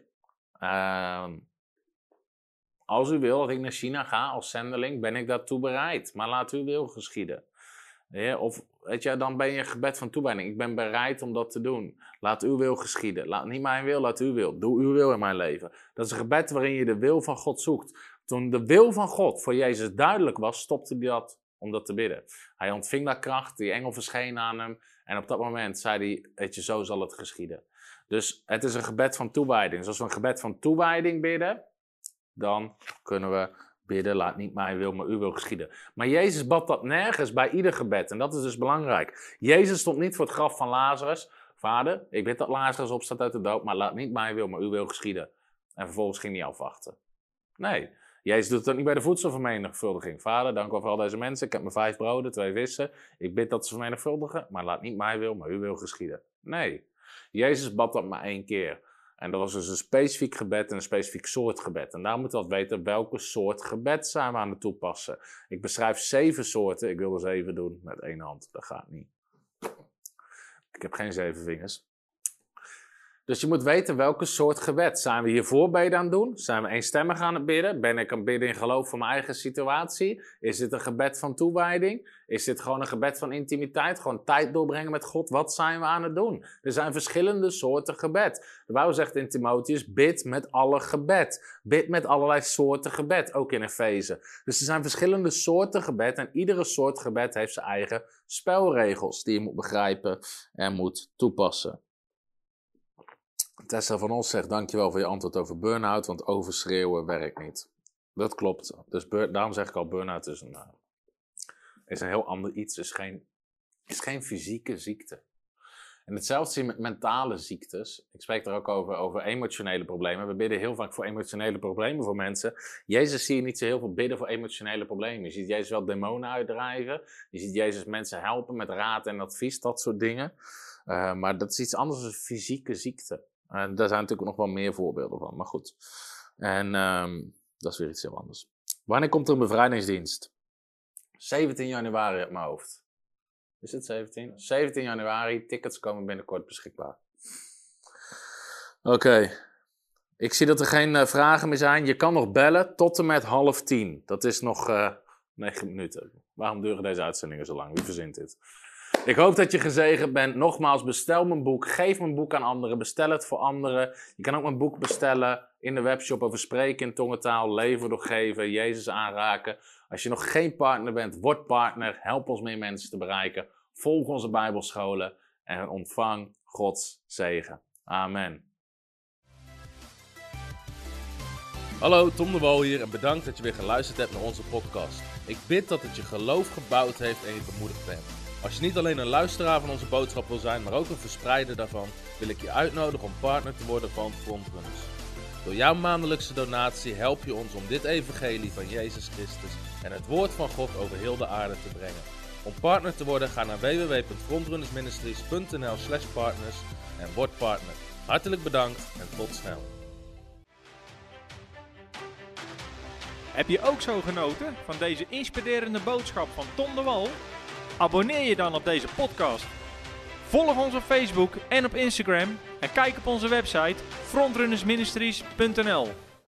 als u wil dat ik naar China ga als zendeling, ben ik daartoe bereid. Maar laat uw wil geschieden. Heer, of weet je, dan ben je een gebed van toewijding. Ik ben bereid om dat te doen. Laat uw wil geschieden. Laat niet mijn wil, laat uw wil. Doe uw wil in mijn leven. Dat is een gebed waarin je de wil van God zoekt. Toen de wil van God voor Jezus duidelijk was, stopte hij dat om dat te bidden. Hij ontving daar kracht, die engel verscheen aan hem. En op dat moment zei hij, weet je, zo zal het geschieden. Dus het is een gebed van toewijding. Dus als we een gebed van toewijding bidden, dan kunnen we bidden, laat niet mijn wil, maar uw wil geschieden. Maar Jezus bad dat nergens bij ieder gebed. En dat is dus belangrijk. Jezus stond niet voor het graf van Lazarus. Vader, ik bid dat Lazarus opstaat uit de dood, maar laat niet mijn wil, maar uw wil geschieden. En vervolgens ging hij afwachten. Nee, Jezus doet het ook niet bij de voedselvermenigvuldiging. Vader, dank u voor al deze mensen. Ik heb mijn 5 broden, 2 vissen. Ik bid dat ze vermenigvuldigen, maar laat niet mijn wil, maar uw wil geschieden. Nee, Jezus bad dat maar 1 keer. En dat was dus een specifiek gebed en een specifiek soort gebed. En daar moeten we weten welke soort gebed zijn we aan het toepassen. Ik beschrijf 7 soorten. Ik wil er 7 doen met 1 hand. Dat gaat niet. Ik heb geen 7 vingers. Dus je moet weten welke soort gebed. Zijn we hier voorbeden aan het doen? Zijn we eenstemmig aan het bidden? Ben ik aan het bidden in geloof voor mijn eigen situatie? Is dit een gebed van toewijding? Is dit gewoon een gebed van intimiteit? Gewoon tijd doorbrengen met God? Wat zijn we aan het doen? Er zijn verschillende soorten gebed. De Bijbel zegt in Timotheus, bid met alle gebed. Bid met allerlei soorten gebed, ook in Efeze. Dus er zijn verschillende soorten gebed en iedere soort gebed heeft zijn eigen spelregels die je moet begrijpen en moet toepassen. Tessa van Os zegt, dankjewel voor je antwoord over burn-out, want overschreeuwen werkt niet. Dat klopt. Dus daarom zeg ik al, burn-out is een heel ander iets. Is geen fysieke ziekte. En hetzelfde zie je met mentale ziektes. Ik spreek er ook over emotionele problemen. We bidden heel vaak voor emotionele problemen voor mensen. Jezus zie je niet zo heel veel bidden voor emotionele problemen. Je ziet Jezus wel demonen uitdrijven. Je ziet Jezus mensen helpen met raad en advies, dat soort dingen. Maar dat is iets anders dan fysieke ziekte. Daar zijn natuurlijk nog wel meer voorbeelden van, maar goed. En dat is weer iets heel anders. Wanneer komt er een bevrijdingsdienst? 17 januari uit mijn hoofd. Is het 17? 17 januari, tickets komen binnenkort beschikbaar. Oké. Ik zie dat er geen vragen meer zijn. Je kan nog bellen tot en met 9:30. Dat is nog 9 minuten. Waarom duren deze uitzendingen zo lang? Wie verzint dit? Ik hoop dat je gezegend bent. Nogmaals, bestel mijn boek. Geef mijn boek aan anderen. Bestel het voor anderen. Je kan ook mijn boek bestellen in de webshop over spreken in tongentaal, leven door geven, Jezus aanraken. Als je nog geen partner bent, word partner. Help ons meer mensen te bereiken. Volg onze bijbelscholen en ontvang Gods zegen. Amen. Hallo, Tom de Wal hier en bedankt dat je weer geluisterd hebt naar onze podcast. Ik bid dat het je geloof gebouwd heeft en je bemoedigd bent. Als je niet alleen een luisteraar van onze boodschap wil zijn, maar ook een verspreider daarvan, wil ik je uitnodigen om partner te worden van Frontrunners. Door jouw maandelijkse donatie help je ons om dit evangelie van Jezus Christus en het woord van God over heel de aarde te brengen. Om partner te worden, ga naar www.frontrunnersministries.nl/partners en word partner. Hartelijk bedankt en tot snel. Heb je ook zo genoten van deze inspirerende boodschap van Tom de Wal? Abonneer je dan op deze podcast. Volg ons op Facebook en op Instagram en kijk op onze website frontrunnersministries.nl.